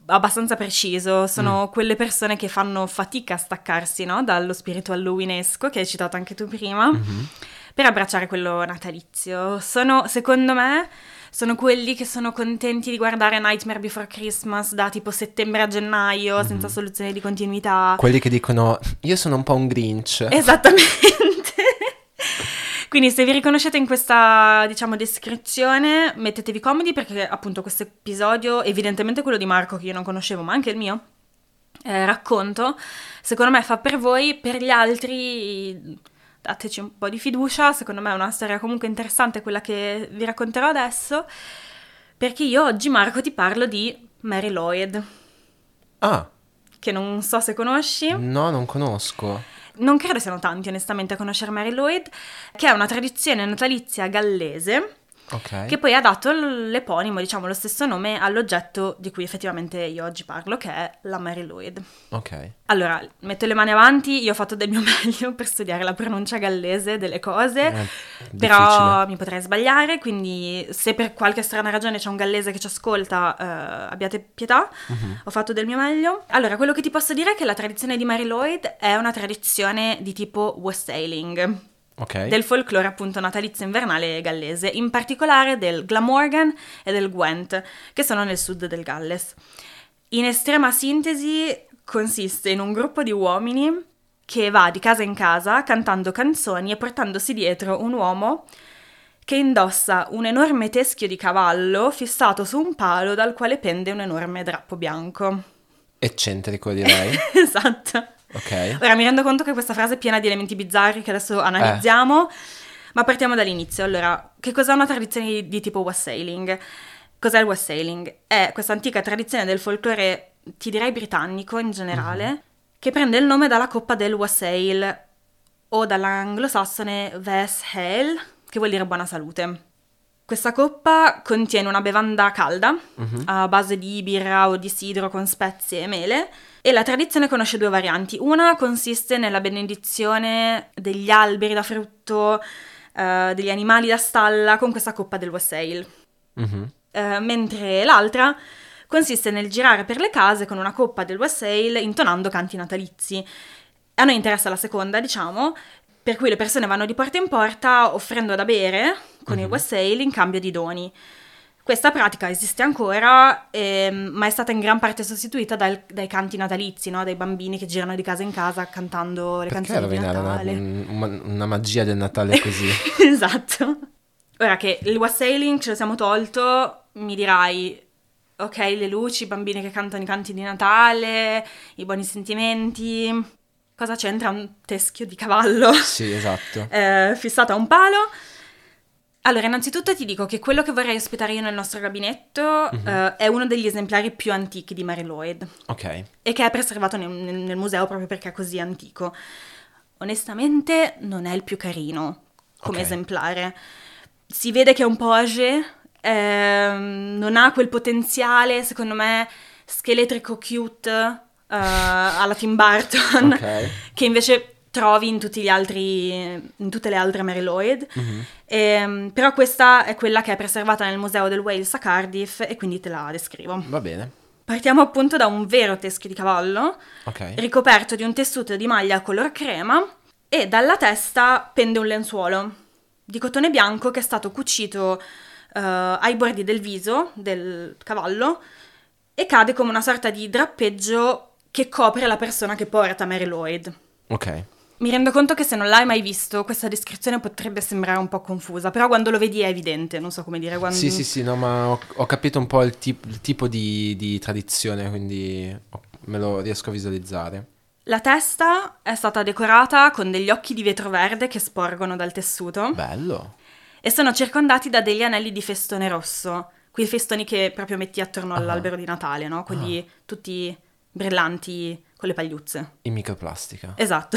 abbastanza preciso, sono Mm. quelle persone che fanno fatica a staccarsi, no? Dallo spirito halloweenesco, che hai citato anche tu prima, Mhm. per abbracciare quello natalizio. Sono, secondo me, sono quelli che sono contenti di guardare Nightmare Before Christmas da tipo settembre a gennaio, Mhm. senza soluzione di continuità. Quelli che dicono, io sono un po' un Grinch. Esattamente. Quindi se vi riconoscete in questa, diciamo, descrizione, mettetevi comodi perché appunto questo episodio, evidentemente quello di Marco che io non conoscevo, ma anche il mio, eh, racconto, secondo me fa per voi, per gli altri dateci un po' di fiducia, secondo me è una storia comunque interessante quella che vi racconterò adesso, perché io oggi, Marco, ti parlo di Mary Lloyd, Ah, che non so se conosci. no, non conosco. Non credo siano tanti, onestamente, a conoscere Mary Lloyd, che è una tradizione natalizia gallese Ok. che poi ha dato l'eponimo, diciamo, lo stesso nome all'oggetto di cui effettivamente io oggi parlo, che è la Mary Lloyd. Ok. Allora, metto le mani avanti, io ho fatto del mio meglio per studiare la pronuncia gallese delle cose, Eh, però difficile. mi potrei sbagliare, quindi se per qualche strana ragione c'è un gallese che ci ascolta, eh, abbiate pietà, Mhm. ho fatto del mio meglio. Allora, quello che ti posso dire è che la tradizione di Mary Lloyd è una tradizione di tipo wassailing, Ok. del folklore appunto natalizio invernale gallese, in particolare del Glamorgan e del Gwent, che sono nel sud del Galles. In estrema sintesi consiste in un gruppo di uomini che va di casa in casa cantando canzoni e portandosi dietro un uomo che indossa un enorme teschio di cavallo fissato su un palo dal quale pende un enorme drappo bianco. Eccentrico, direi. Esatto. Ok. Ora mi rendo conto che questa frase è piena di elementi bizzarri che adesso analizziamo, ma partiamo dall'inizio. Allora, che cos'è una tradizione di, di tipo wassailing? Cos'è il wassailing? È questa antica tradizione del folklore, ti direi britannico in generale, Mhm. che prende il nome dalla coppa del wassail o dall'anglosassone Veshael, che vuol dire buona salute. Questa coppa contiene una bevanda calda, Mhm. a base di birra o di sidro con spezie e mele, e la tradizione conosce due varianti. Una consiste nella benedizione degli alberi da frutto, eh, degli animali da stalla con questa coppa del wassail, Mhm. eh, mentre l'altra consiste nel girare per le case con una coppa del wassail intonando canti natalizi. A noi interessa la seconda, diciamo, per cui le persone vanno di porta in porta offrendo da bere con il Mhm. wassail in cambio di doni. Questa pratica esiste ancora, ehm, ma è stata in gran parte sostituita dal- dai canti natalizi, no? Dai bambini che girano di casa in casa cantando le Perché canzoni di rovinare una, Natale. un- una magia del Natale così? Esatto. Ora che il wassailing ce lo siamo tolto, mi dirai, ok, le luci, i bambini che cantano i canti di Natale, i buoni sentimenti, cosa c'entra un teschio di cavallo Sì, esatto. eh, fissato a un palo? Allora, innanzitutto ti dico che quello che vorrei ospitare io nel nostro gabinetto Mhm. eh, è uno degli esemplari più antichi di Mary Lloyd Ok. e che è preservato nel, nel- nel museo proprio perché è così antico. Onestamente non è il più carino come Ok. esemplare. Si vede che è un po' âgé, ehm, non ha quel potenziale, secondo me, scheletrico cute eh, alla Tim Burton, Ok. che invece trovi in tutti gli altri, in tutte le altre Mary Lloyd. Mhm. Ehm, però questa è quella che è preservata nel museo del Wales a Cardiff e quindi te la descrivo. Va bene. Partiamo appunto da un vero teschio di cavallo, Ok. ricoperto di un tessuto di maglia color crema e dalla testa pende un lenzuolo di cotone bianco che è stato cucito eh, ai bordi del viso del cavallo e cade come una sorta di drappeggio che copre la persona che porta Mary Lloyd. Ok. Mi rendo conto che se non l'hai mai visto, questa descrizione potrebbe sembrare un po' confusa, però quando lo vedi è evidente, non so come dire. Quando... Sì, sì, sì, no, ma ho, ho capito un po' il, tip- il tipo di, di tradizione, quindi ho- me lo riesco a visualizzare. La testa è stata decorata con degli occhi di vetro verde che sporgono dal tessuto Bello. e sono circondati da degli anelli di festone rosso, quei festoni che proprio metti attorno Ah. all'albero di Natale, no? Quelli tutti brillanti con le pagliuzze. In microplastica. Esatto.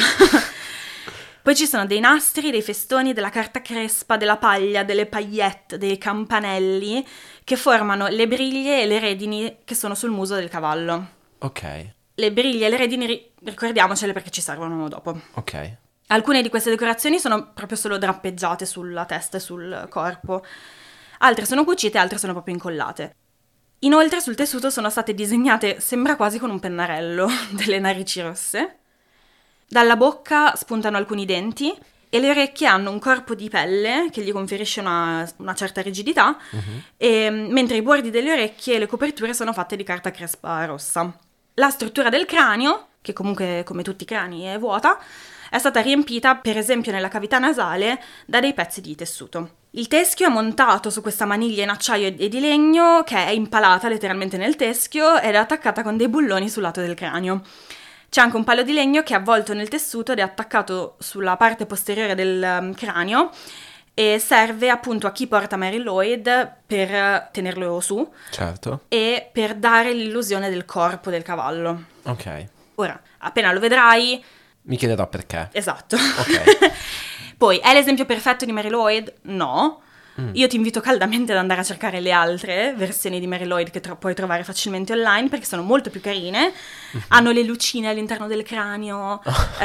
Poi ci sono dei nastri, dei festoni, della carta crespa, della paglia, delle paillette, dei campanelli che formano le briglie e le redini che sono sul muso del cavallo. Ok. Le briglie e le redini, ri- ricordiamocele perché ci servono dopo. Ok. Alcune di queste decorazioni sono proprio solo drappeggiate sulla testa e sul corpo, altre sono cucite, altre sono proprio incollate. Inoltre sul tessuto sono state disegnate, sembra quasi con un pennarello, delle narici rosse. Dalla bocca spuntano alcuni denti e le orecchie hanno un corpo di pelle che gli conferisce una, una certa rigidità, uh-huh. e, mentre i bordi delle orecchie e le coperture sono fatte di carta crespa rossa. La struttura del cranio, che comunque come tutti i crani è vuota, è stata riempita, per esempio nella cavità nasale, da dei pezzi di tessuto. Il teschio è montato su questa maniglia in acciaio e di legno che è impalata letteralmente nel teschio ed è attaccata con dei bulloni sul lato del cranio. C'è anche un palo di legno che è avvolto nel tessuto ed è attaccato sulla parte posteriore del um, cranio e serve appunto a chi porta Mary Lloyd per tenerlo su. Certo. E per dare l'illusione del corpo del cavallo. Ok. Ora, appena lo vedrai... Mi chiederò perché. Esatto. Ok. Poi, è l'esempio perfetto di Mary Lloyd? No. Mm. Io ti invito caldamente ad andare a cercare le altre versioni di Mary Lloyd che tro- puoi trovare facilmente online perché sono molto più carine. Mm-hmm. Hanno le lucine all'interno del cranio,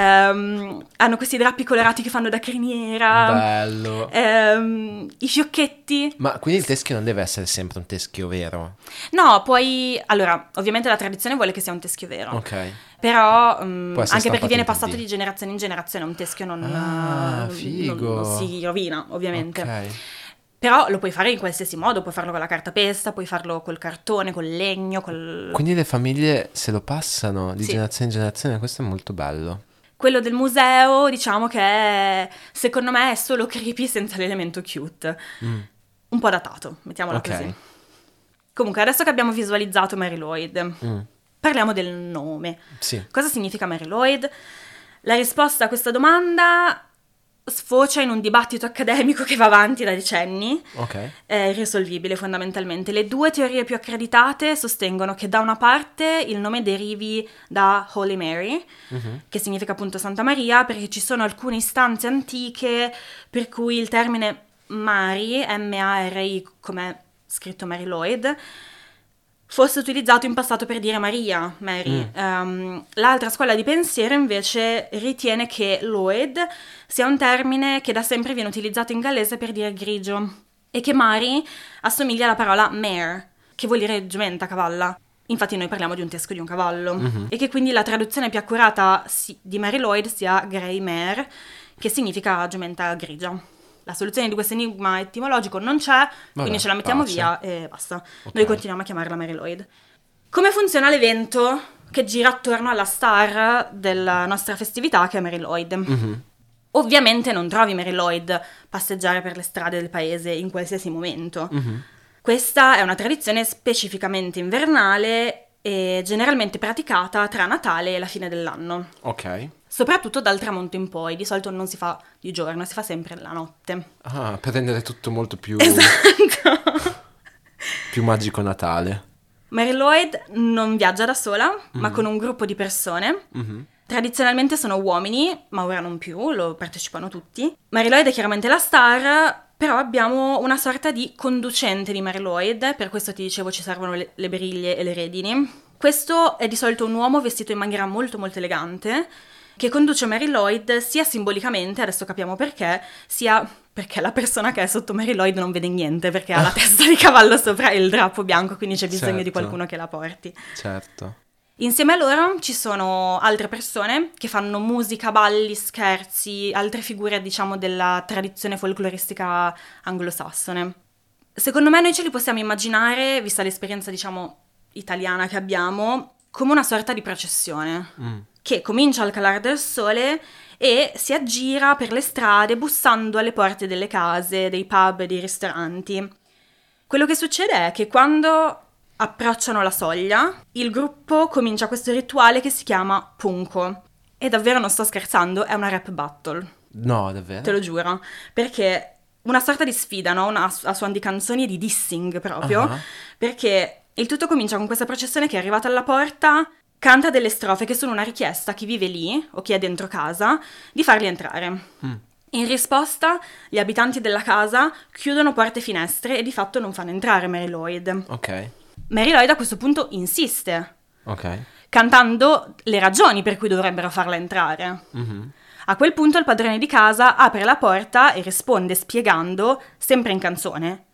um, hanno questi drappi colorati che fanno da criniera. Bello. Um, I fiocchetti. Ma quindi il teschio non deve essere sempre un teschio vero? No, poi... Allora, ovviamente la tradizione vuole che sia un teschio vero. Ok. Però, um, anche perché viene in passato tre D. di generazione in generazione, un teschio non, ah, non, figo. non si rovina, ovviamente. Ok. Però lo puoi fare in qualsiasi modo, puoi farlo con la cartapesta, puoi farlo col cartone, col legno, col... Quindi le famiglie se lo passano di sì. generazione in generazione, questo è molto bello. Quello del museo, diciamo che è, secondo me è solo creepy senza l'elemento cute. Mm. Un po' datato, mettiamola okay. così. Comunque, adesso che abbiamo visualizzato Mary Lloyd, mm. parliamo del nome. Sì. Cosa significa Mary Lloyd? La risposta a questa domanda... sfocia in un dibattito accademico che va avanti da decenni, okay. È irrisolvibile fondamentalmente. Le due teorie più accreditate sostengono che da una parte il nome derivi da Holy Mary, uh-huh. che significa appunto Santa Maria, perché ci sono alcune istanze antiche per cui il termine Mary, M A R I, come scritto Mary Lloyd, fosse utilizzato in passato per dire Maria, Mary. Mm. Um, l'altra scuola di pensiero invece ritiene che Lloyd sia un termine che da sempre viene utilizzato in gallese per dire grigio e che Mary assomiglia alla parola mare, che vuol dire giumenta, cavalla. Infatti noi parliamo di un teschio di un cavallo. Mm-hmm. E che quindi la traduzione più accurata di Mary Lloyd sia grey mare, che significa giumenta grigia. La soluzione di questo enigma etimologico non c'è, vabbè, quindi ce la mettiamo pace. Via e basta. Okay. Noi continuiamo a chiamarla Mary Lloyd. Come funziona l'evento che gira attorno alla star della nostra festività, che è Mary Lloyd? Mm-hmm. Ovviamente non trovi Mary Lloyd passeggiare per le strade del paese in qualsiasi momento. Mm-hmm. Questa è una tradizione specificamente invernale e generalmente praticata tra Natale e la fine dell'anno. Ok. Soprattutto dal tramonto in poi, di solito non si fa di giorno, si fa sempre la notte. Ah, per rendere tutto molto più... Esatto! più magico Natale. Mary Lloyd non viaggia da sola, mm-hmm. ma con un gruppo di persone. Mm-hmm. Tradizionalmente sono uomini, ma ora non più, lo partecipano tutti. Mary Lloyd è chiaramente la star, però abbiamo una sorta di conducente di Mary Lloyd, per questo ti dicevo ci servono le, le briglie e le redini. Questo è di solito un uomo vestito in maniera molto molto elegante, che conduce Mary Lloyd sia simbolicamente, adesso capiamo perché, sia perché la persona che è sotto Mary Lloyd non vede niente, perché ha la testa di cavallo sopra e il drappo bianco, quindi c'è bisogno certo. di qualcuno che la porti. Certo. Insieme a loro ci sono altre persone che fanno musica, balli, scherzi, altre figure, diciamo, della tradizione folcloristica anglosassone. Secondo me noi ce li possiamo immaginare, vista l'esperienza, diciamo, italiana che abbiamo, come una sorta di processione. Mm. Che comincia al calare del sole e si aggira per le strade bussando alle porte delle case, dei pub e dei ristoranti. Quello che succede è che quando approcciano la soglia, il gruppo comincia questo rituale che si chiama punko. E davvero non sto scherzando, è una rap battle. No, davvero? Te lo giuro. Perché una sorta di sfida, no? Una, a suon di canzoni e di dissing proprio. Uh-huh. Perché il tutto comincia con questa processione che è arrivata alla porta... Canta delle strofe che sono una richiesta a chi vive lì, o chi è dentro casa, di farli entrare. Mm. In risposta, gli abitanti della casa chiudono porte e finestre e di fatto non fanno entrare Mary Lloyd. Ok. Mary Lloyd a questo punto insiste. Ok. Cantando le ragioni per cui dovrebbero farla entrare. Mm-hmm. A quel punto il padrone di casa apre la porta e risponde spiegando, sempre in canzone,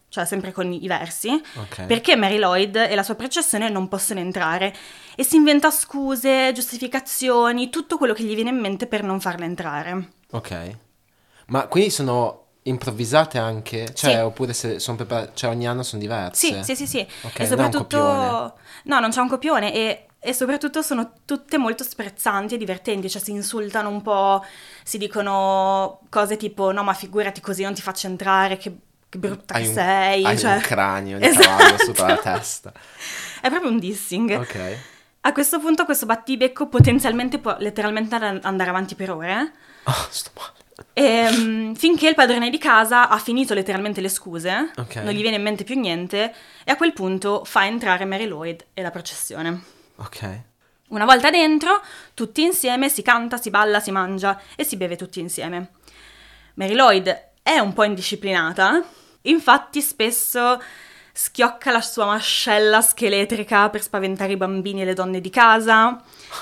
cioè sempre con i versi, Ok. perché Mary Lloyd e la sua processione non possono entrare e si inventa scuse, giustificazioni, tutto quello che gli viene in mente per non farla entrare. Ok. Ma quindi sono improvvisate anche? Cioè, Sì. oppure se sono preparate, cioè ogni anno sono diverse? Sì, sì, sì, sì. Ok, E non è un soprattutto... copione. No, non c'è un copione e, e soprattutto sono tutte molto sprezzanti e divertenti, cioè si insultano un po', si dicono cose tipo no ma figurati così non ti faccio entrare, che, che brutta Hai che un, sei. hai cioè... un cranio di Esatto. cavallo sopra la testa. È proprio un dissing. Ok. A questo punto questo battibecco potenzialmente può letteralmente andare avanti per ore. Oh, sto male. E, um, finché il padrone di casa ha finito letteralmente le scuse, Ok. non gli viene in mente più niente, e a quel punto fa entrare Mary Lloyd e la processione. Ok. Una volta dentro, tutti insieme si canta, si balla, si mangia e si beve tutti insieme. Mary Lloyd è un po' indisciplinata, infatti spesso schiocca la sua mascella scheletrica per spaventare i bambini e le donne di casa,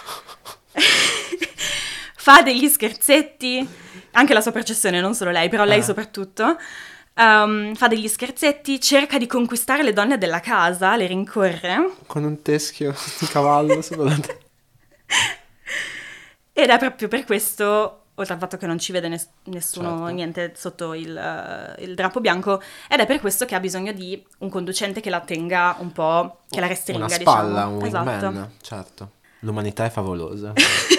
fa degli scherzetti, anche la sua processione, non solo lei, però lei Ah. soprattutto, um, fa degli scherzetti, cerca di conquistare le donne della casa, le rincorre, Con un teschio di cavallo sopra la testa. ed è proprio per questo, oltre al fatto che non ci vede ness- nessuno, Certo. niente sotto il, uh, il drappo bianco, ed è per questo che ha bisogno di un conducente che la tenga un po', che la restringa, Una spalla, diciamo. un Esatto. wingman, certo. L'umanità è favolosa.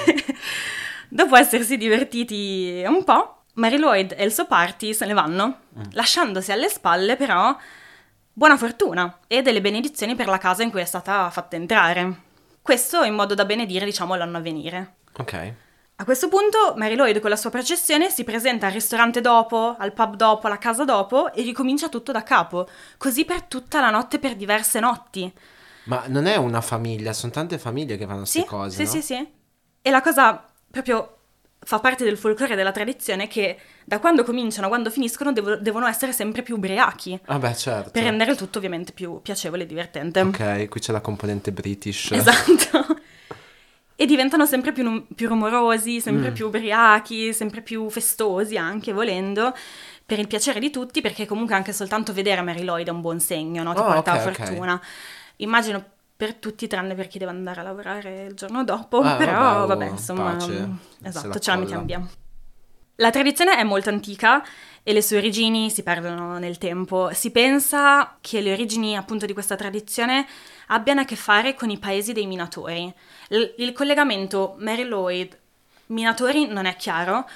Dopo essersi divertiti un po', Mary Lloyd e il suo party se ne vanno, Mm. lasciandosi alle spalle però buona fortuna e delle benedizioni per la casa in cui è stata fatta entrare. Questo in modo da benedire, diciamo, l'anno a venire. Ok. A questo punto Mary Lloyd con la sua processione si presenta al ristorante dopo, al pub dopo, alla casa dopo e ricomincia tutto da capo, così per tutta la notte, per diverse notti. Ma non è una famiglia, sono tante famiglie che fanno queste Sì, cose, sì, no? sì, sì. E la cosa proprio fa parte del folklore e della tradizione che da quando cominciano a quando finiscono devo- devono essere sempre più ubriachi, Ah beh, certo. per rendere il tutto ovviamente più piacevole e divertente. Ok, qui c'è la componente British. Esatto. E diventano sempre più, num- più rumorosi, sempre Mm. più ubriachi, sempre più festosi anche, volendo, per il piacere di tutti, perché comunque anche soltanto vedere Mary Lloyd è un buon segno, no? Ti Oh, porta ok, ok. fortuna. Immagino per tutti, tranne per chi deve andare a lavorare il giorno dopo, Ah, però vabbè, oh, vabbè, insomma, pace, mm, se esatto, la ce la colla. mettiamo via. La tradizione è molto antica e le sue origini si perdono nel tempo. Si pensa che le origini appunto di questa tradizione abbiano a che fare con i paesi dei minatori. L- il collegamento Mary Lloyd-minatori non è chiaro,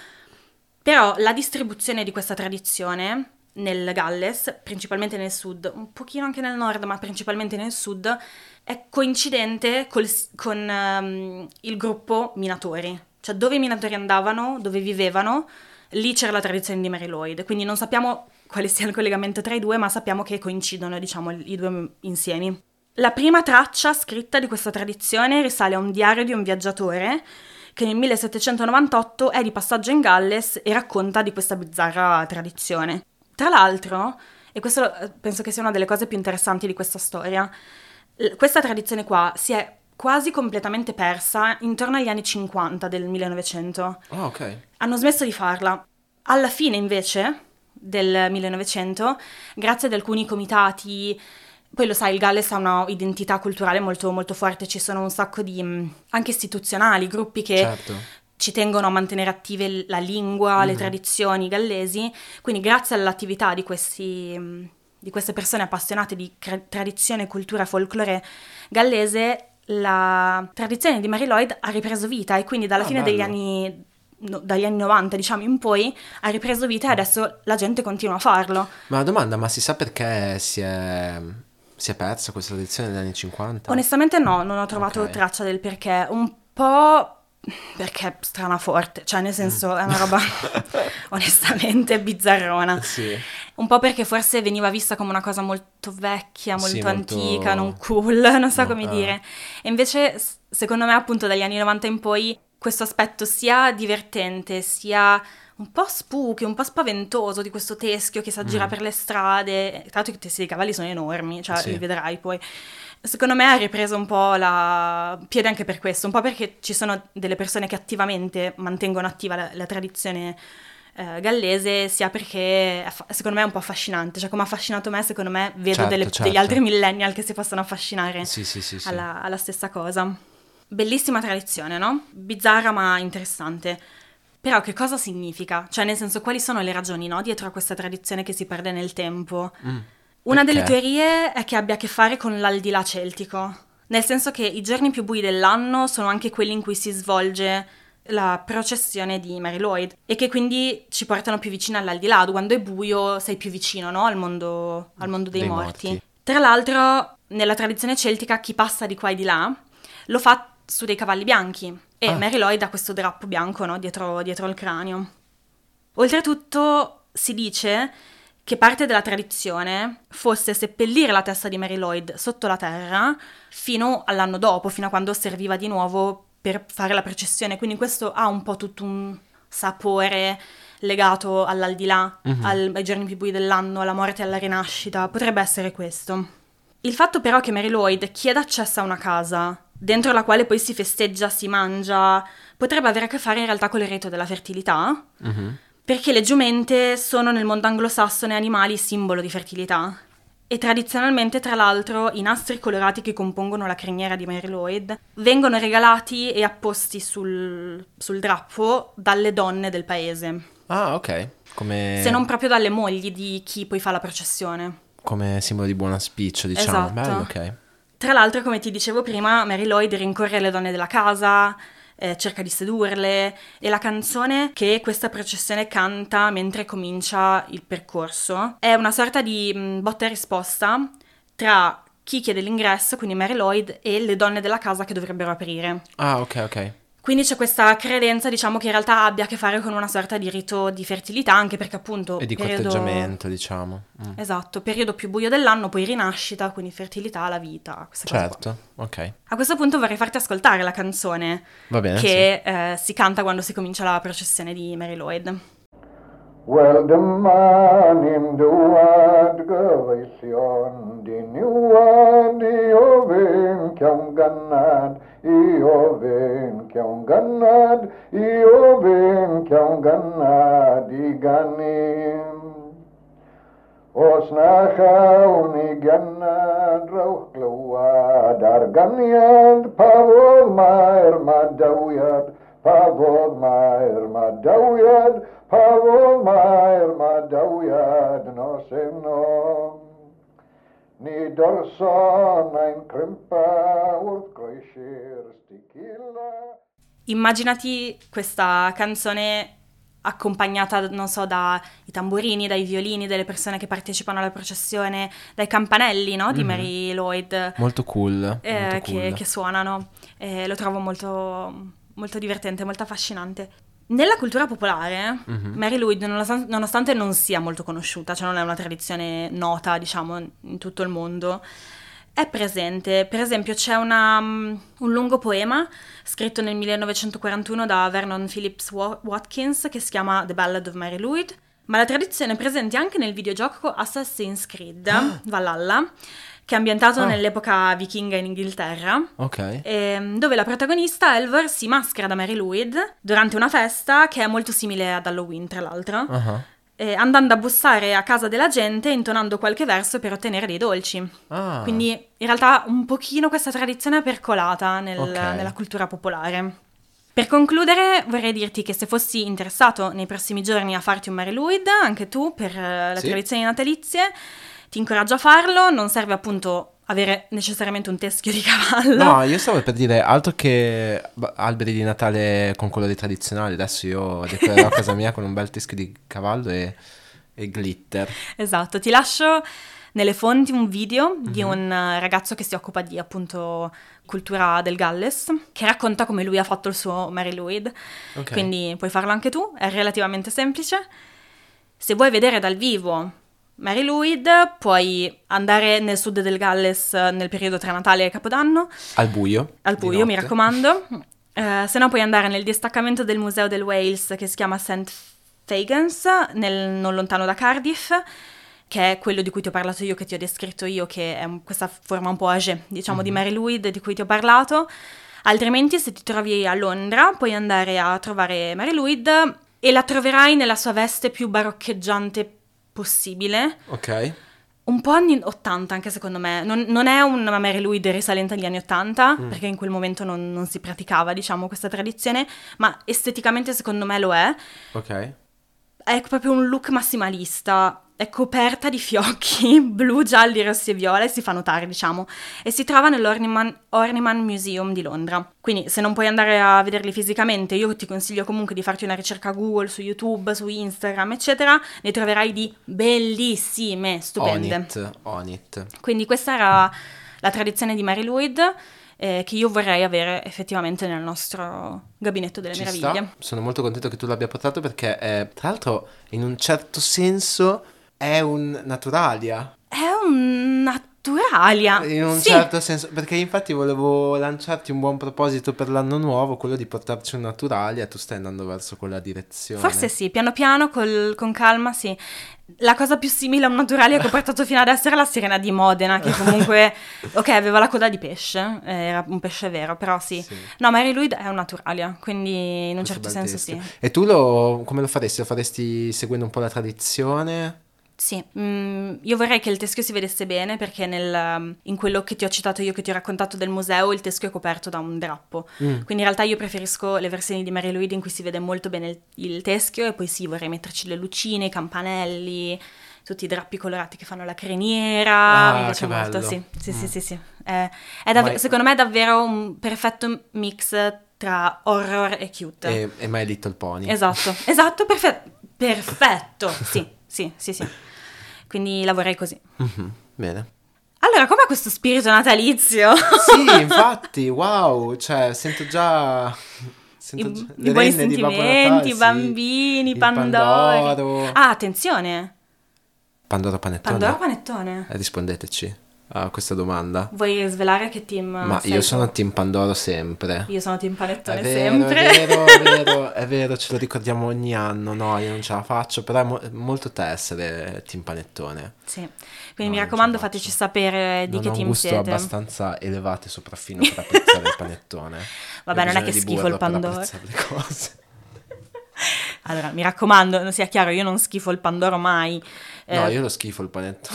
però la distribuzione di questa tradizione nel Galles, principalmente nel sud, un pochino anche nel nord, ma principalmente nel sud, è coincidente col- con ehm, il gruppo minatori. Cioè dove i minatori andavano, dove vivevano, lì c'era la tradizione di Mary Lloyd. Quindi non sappiamo quale sia il collegamento tra i due, ma sappiamo che coincidono, diciamo, i due insiemi. La prima traccia scritta di questa tradizione risale a un diario di un viaggiatore che nel millesettecentonovantotto è di passaggio in Galles e racconta di questa bizzarra tradizione. Tra l'altro, e questo eh, penso che sia una delle cose più interessanti di questa storia, l- questa tradizione qua si è quasi completamente persa intorno agli anni cinquanta del millenovecento. Ah, ok. Hanno smesso di farla. Alla fine, invece, del millenovecento, grazie ad alcuni comitati, poi lo sai, il Galles ha una identità culturale molto, molto forte, ci sono un sacco di, mh, anche istituzionali, gruppi che Certo. ci tengono a mantenere attive la lingua, le Mhm. tradizioni gallesi, quindi grazie all'attività di questi... mh, di queste persone appassionate di cra- tradizione, cultura, folklore gallese, la tradizione di Mary Lloyd ha ripreso vita e quindi dalla Ah, fine degli bello. anni, no, dagli anni novanta, diciamo, in poi, ha ripreso vita e adesso la gente continua a farlo. Ma una domanda, ma si sa perché si è, si è persa questa tradizione negli anni cinquanta? Onestamente no, non ho trovato Ok. traccia del perché, un po' perché è strana forte, cioè nel senso è una roba onestamente bizzarrona. Sì. Un po' perché forse veniva vista come una cosa molto vecchia, molto Sì, molto- antica, non cool, non so No, come ah. dire. E invece, s- secondo me, appunto, dagli anni novanta in poi, questo aspetto sia divertente, sia un po' spooky, un po' spaventoso di questo teschio che si aggira Mm. per le strade. Tra l'altro i testi dei cavalli sono enormi, cioè Sì. li vedrai poi. Secondo me ha ripreso un po' la piede anche per questo, un po' perché ci sono delle persone che attivamente mantengono attiva la, la tradizione eh, gallese, sia perché è fa- secondo me è un po' affascinante, cioè come ha affascinato me, secondo me vedo Certo, delle- certo. degli altri millennial che si possono affascinare Sì, sì, sì, sì. alla, alla stessa cosa. Bellissima tradizione, no? Bizzarra ma interessante. Però che cosa significa? Cioè nel senso, quali sono le ragioni, no, dietro a questa tradizione che si perde nel tempo? Mm, Una perché? delle teorie è che abbia a che fare con l'aldilà celtico, nel senso che i giorni più bui dell'anno sono anche quelli in cui si svolge la processione di Mary Lloyd e che quindi ci portano più vicino all'aldilà. Quando è buio sei più vicino, no, al mondo, al mondo dei, Dei morti. morti. Tra l'altro, nella tradizione celtica chi passa di qua e di là lo fa su dei cavalli bianchi e Ah. Mary Lloyd ha questo drappo bianco, no, dietro, dietro il cranio. Oltretutto si dice che parte della tradizione fosse seppellire la testa di Mary Lloyd sotto la terra fino all'anno dopo, fino a quando serviva di nuovo per fare la processione. Quindi questo ha un po' tutto un sapore legato all'aldilà, Mhm. al- ai giorni più bui dell'anno, alla morte e alla rinascita. Potrebbe essere questo. Il fatto però che Mary Lloyd chieda accesso a una casa dentro la quale poi si festeggia, si mangia, potrebbe avere a che fare in realtà con il rito della fertilità, Mhm. perché le giumente sono nel mondo anglosassone animali simbolo di fertilità. E tradizionalmente, tra l'altro, i nastri colorati che compongono la criniera di Mary Lloyd vengono regalati e apposti sul, sul drappo dalle donne del paese, Ah, ok. Come... se non proprio dalle mogli di chi poi fa la processione. come simbolo di buon auspicio, diciamo. Esatto. Bello, ok. Tra l'altro, come ti dicevo prima, Mary Lloyd rincorre le donne della casa, eh, cerca di sedurle, e la canzone che questa processione canta mentre comincia il percorso è una sorta di mh, botta e risposta tra chi chiede l'ingresso, quindi Mary Lloyd, e le donne della casa che dovrebbero aprire. Ah, ok, ok. Quindi c'è questa credenza, diciamo, che in realtà abbia a che fare con una sorta di rito di fertilità, anche perché appunto... E di periodo- corteggiamento, diciamo. Mm. Esatto, periodo più buio dell'anno, poi rinascita, quindi fertilità, la vita, queste cose qua. Certo, ok. A questo punto vorrei farti ascoltare la canzone Va bene, che eh, si canta quando si comincia la processione di Mary Lloyd. Wel, dyma ni'n dywad gyfeillion, di niwad i ofyn ciawn gannad, i ofyn ciawn gannad, i ofyn ciawn gannad i gannim. Os na chawn i gannad rowch glywad ar ganiad, pa fodd mae'r madawiad, pa fodd mae'r madawiad, pa fodd mae'r madawiad nos ennom. Ni dorson ein crimpa wrth groesi'r sticilla. Immaginati questa canzone accompagnata, non so, dai tamburini, dai violini delle persone che partecipano alla processione, dai campanelli, no, di Mhm. Mary Lloyd Molto cool. eh, molto che, cool. che suonano. Eh, lo trovo molto, molto divertente, molto affascinante. Nella cultura popolare, Mhm. Mary Lloyd, nonostan- nonostante non sia molto conosciuta, cioè non è una tradizione nota, diciamo, in tutto il mondo, è presente. Per esempio c'è una, um, un lungo poema scritto nel millenovecentoquarantuno da Vernon Phillips Wa- Watkins che si chiama The Ballad of Mary Lloyd, ma la tradizione è presente anche nel videogioco Assassin's Creed Valhalla, che è ambientato Ah. nell'epoca vichinga in Inghilterra, Ok. ehm, dove la protagonista Elver si maschera da Mary Lloyd durante una festa che è molto simile ad Halloween, tra l'altro, Ah. eh, andando a bussare a casa della gente e intonando qualche verso per ottenere dei dolci. Ah. Quindi in realtà un pochino questa tradizione è percolata nel- Ok. nella cultura popolare. Per concludere vorrei dirti che se fossi interessato nei prossimi giorni a farti un Mary Lloyd, anche tu per eh, le Sì. tradizioni natalizie, ti incoraggio a farlo, non serve appunto avere necessariamente un teschio di cavallo. No, io stavo per dire altro che b- alberi di Natale con colori tradizionali. Adesso io decorerò casa mia con un bel teschio di cavallo e, e glitter. Esatto, ti lascio nelle fonti un video di Mhm. un eh, ragazzo che si occupa di appunto cultura del Galles, che racconta come lui ha fatto il suo Mary Lloyd, Ok. quindi puoi farlo anche tu, è relativamente semplice. Se vuoi vedere dal vivo Mary Lloyd, puoi andare nel sud del Galles eh, nel periodo tra Natale e Capodanno, Al buio. al di buio, mi notte. raccomando. Eh, se no puoi andare nel distaccamento del Museo del Wales che si chiama Saint Fagans, nel, non lontano da Cardiff, che è quello di cui ti ho parlato io, che ti ho descritto io, che è un- questa forma un po' âgée, diciamo, di Mary Lloyd di cui ti ho parlato. Altrimenti, se ti trovi a Londra, puoi andare a trovare Mary Lloyd e la troverai nella sua veste più baroccheggiante possibile. Ok. Un po' anni ottanta anche secondo me, non, non è una Mary Louise risalente agli anni ottanta, mm. perché in quel momento non, non si praticava, diciamo, questa tradizione, ma esteticamente secondo me lo è. Ok. È proprio un look massimalista, è coperta di fiocchi blu, gialli, rossi e viola, e si fa notare, diciamo, e si trova nell'Orniman Orniman Museum di Londra. Quindi se non puoi andare a vederli fisicamente, io ti consiglio comunque di farti una ricerca a Google, su YouTube, su Instagram, eccetera, ne troverai di bellissime, stupende. On it, on it. Quindi questa era la tradizione di Mary Louise, eh, che io vorrei avere effettivamente nel nostro gabinetto delle Ci meraviglie. sta. Sono molto contento che tu l'abbia portato perché è, tra l'altro, in un certo senso è un Naturalia. È un Naturalia. In un sì. certo senso, perché infatti volevo lanciarti un buon proposito per l'anno nuovo, quello di portarci un Naturalia, e tu stai andando verso quella direzione. Forse sì, piano piano, col, con calma, sì. La cosa più simile a un Naturalia che ho portato fino adesso era la sirena di Modena, che comunque, ok, aveva la coda di pesce, era un pesce vero, però sì. sì. No, Mary Louise è un Naturalia, quindi in un Questo certo senso sì. E tu lo, come lo faresti? Lo faresti seguendo un po' la tradizione? Sì, mm, io vorrei che il teschio si vedesse bene, perché nel, in quello che ti ho citato io, che ti ho raccontato del museo, il teschio è coperto da un drappo. Mm. Quindi in realtà io preferisco le versioni di Mary Louise in cui si vede molto bene il, il teschio, e poi sì, vorrei metterci le lucine, i campanelli, tutti i drappi colorati che fanno la criniera. Ah, mi piace che molto, bello. sì, sì, mm. sì, sì, sì. È, è dav- My... secondo me è davvero un perfetto mix tra horror e cute. E, e My Little Pony. Esatto, esatto, perfetto, perfetto, sì, sì, sì, sì. Quindi la vorrei così. Mm-hmm, bene. Allora, com'è questo spirito natalizio? Sì, infatti, wow, cioè, sento già... Sento I, già i le buoni renne di Babbo sentimenti, Natale, i sì. bambini, Il Pandori. Pandoro. Ah, attenzione. Pandoro Panettone? Pandoro Panettone. Eh, rispondeteci a questa domanda. Vuoi svelare che team Ma sei io tu? sono team Pandoro sempre. Io sono team Panettone È vero, sempre. È vero, è vero, è vero, ce lo ricordiamo ogni anno. No, io non ce la faccio, però è mo- molto te essere team Panettone. Sì, quindi No, mi raccomando, non ce la fateci faccio. sapere di non che ho un team gusto siete. abbastanza elevato e sopraffino per apprezzare il panettone. Vabbè, Ho non è bisogno che di schifo burro il Pandoro. per apprezzare le cose. Allora, mi raccomando, non sia chiaro, io non schifo il Pandoro mai. No, Eh, io lo schifo il panettone.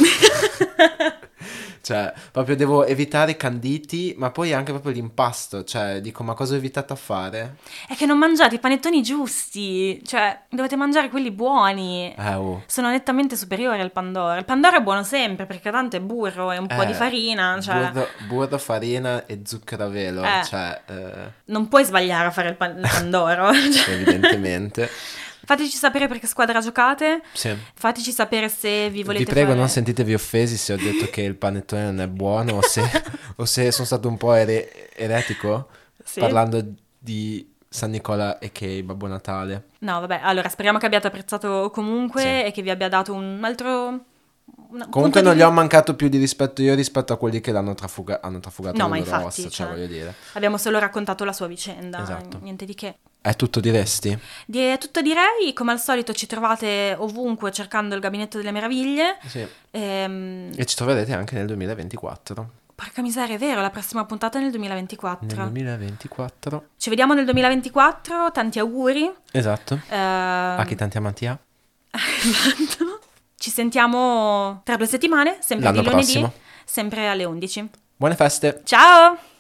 Cioè, proprio devo evitare i canditi, ma poi anche proprio l'impasto. Cioè, dico, ma cosa ho evitato a fare? È che non mangiate i panettoni giusti, cioè dovete mangiare quelli buoni. Eh, oh. Sono nettamente superiori al Pandoro. Il Pandoro è buono sempre perché tanto è burro e un po' Eh, di farina, cioè burro, burro, farina e zucchero a velo. Eh. Cioè, eh, non puoi sbagliare a fare il, pan- il Pandoro. Cioè, evidentemente. fateci sapere perché squadra giocate. Sì. Fateci sapere se vi volete Vi prego, fare... non sentitevi offesi se ho detto che il panettone non è buono o se, o se sono stato un po' ere- eretico Sì. parlando di San Nicola e che Babbo Natale. No, vabbè, allora speriamo che abbiate apprezzato comunque Sì. e che vi abbia dato un altro... un Comunque punto non di- gli ho mancato più di rispetto io rispetto a quelli che l'hanno trafuga- hanno trafugato No, le ma loro infatti, ossa, cioè, cioè, voglio dire. abbiamo solo raccontato la sua vicenda, Esatto. niente di che. È tutto, diresti? Di è tutto direi, come al solito ci trovate ovunque cercando il Gabinetto delle Meraviglie. Sì. Ehm, E ci troverete anche nel duemilaventiquattro. porca miseria, è vero, la prossima puntata è nel duemilaventiquattro. Nel duemilaventiquattro. Ci vediamo nel duemilaventiquattro, tanti auguri. Esatto. Ehm, A chi tanti amanti ha? esatto. Ci sentiamo tra due settimane, sempre L'anno di lunedì, prossimo. sempre alle undici. Buone feste! Ciao!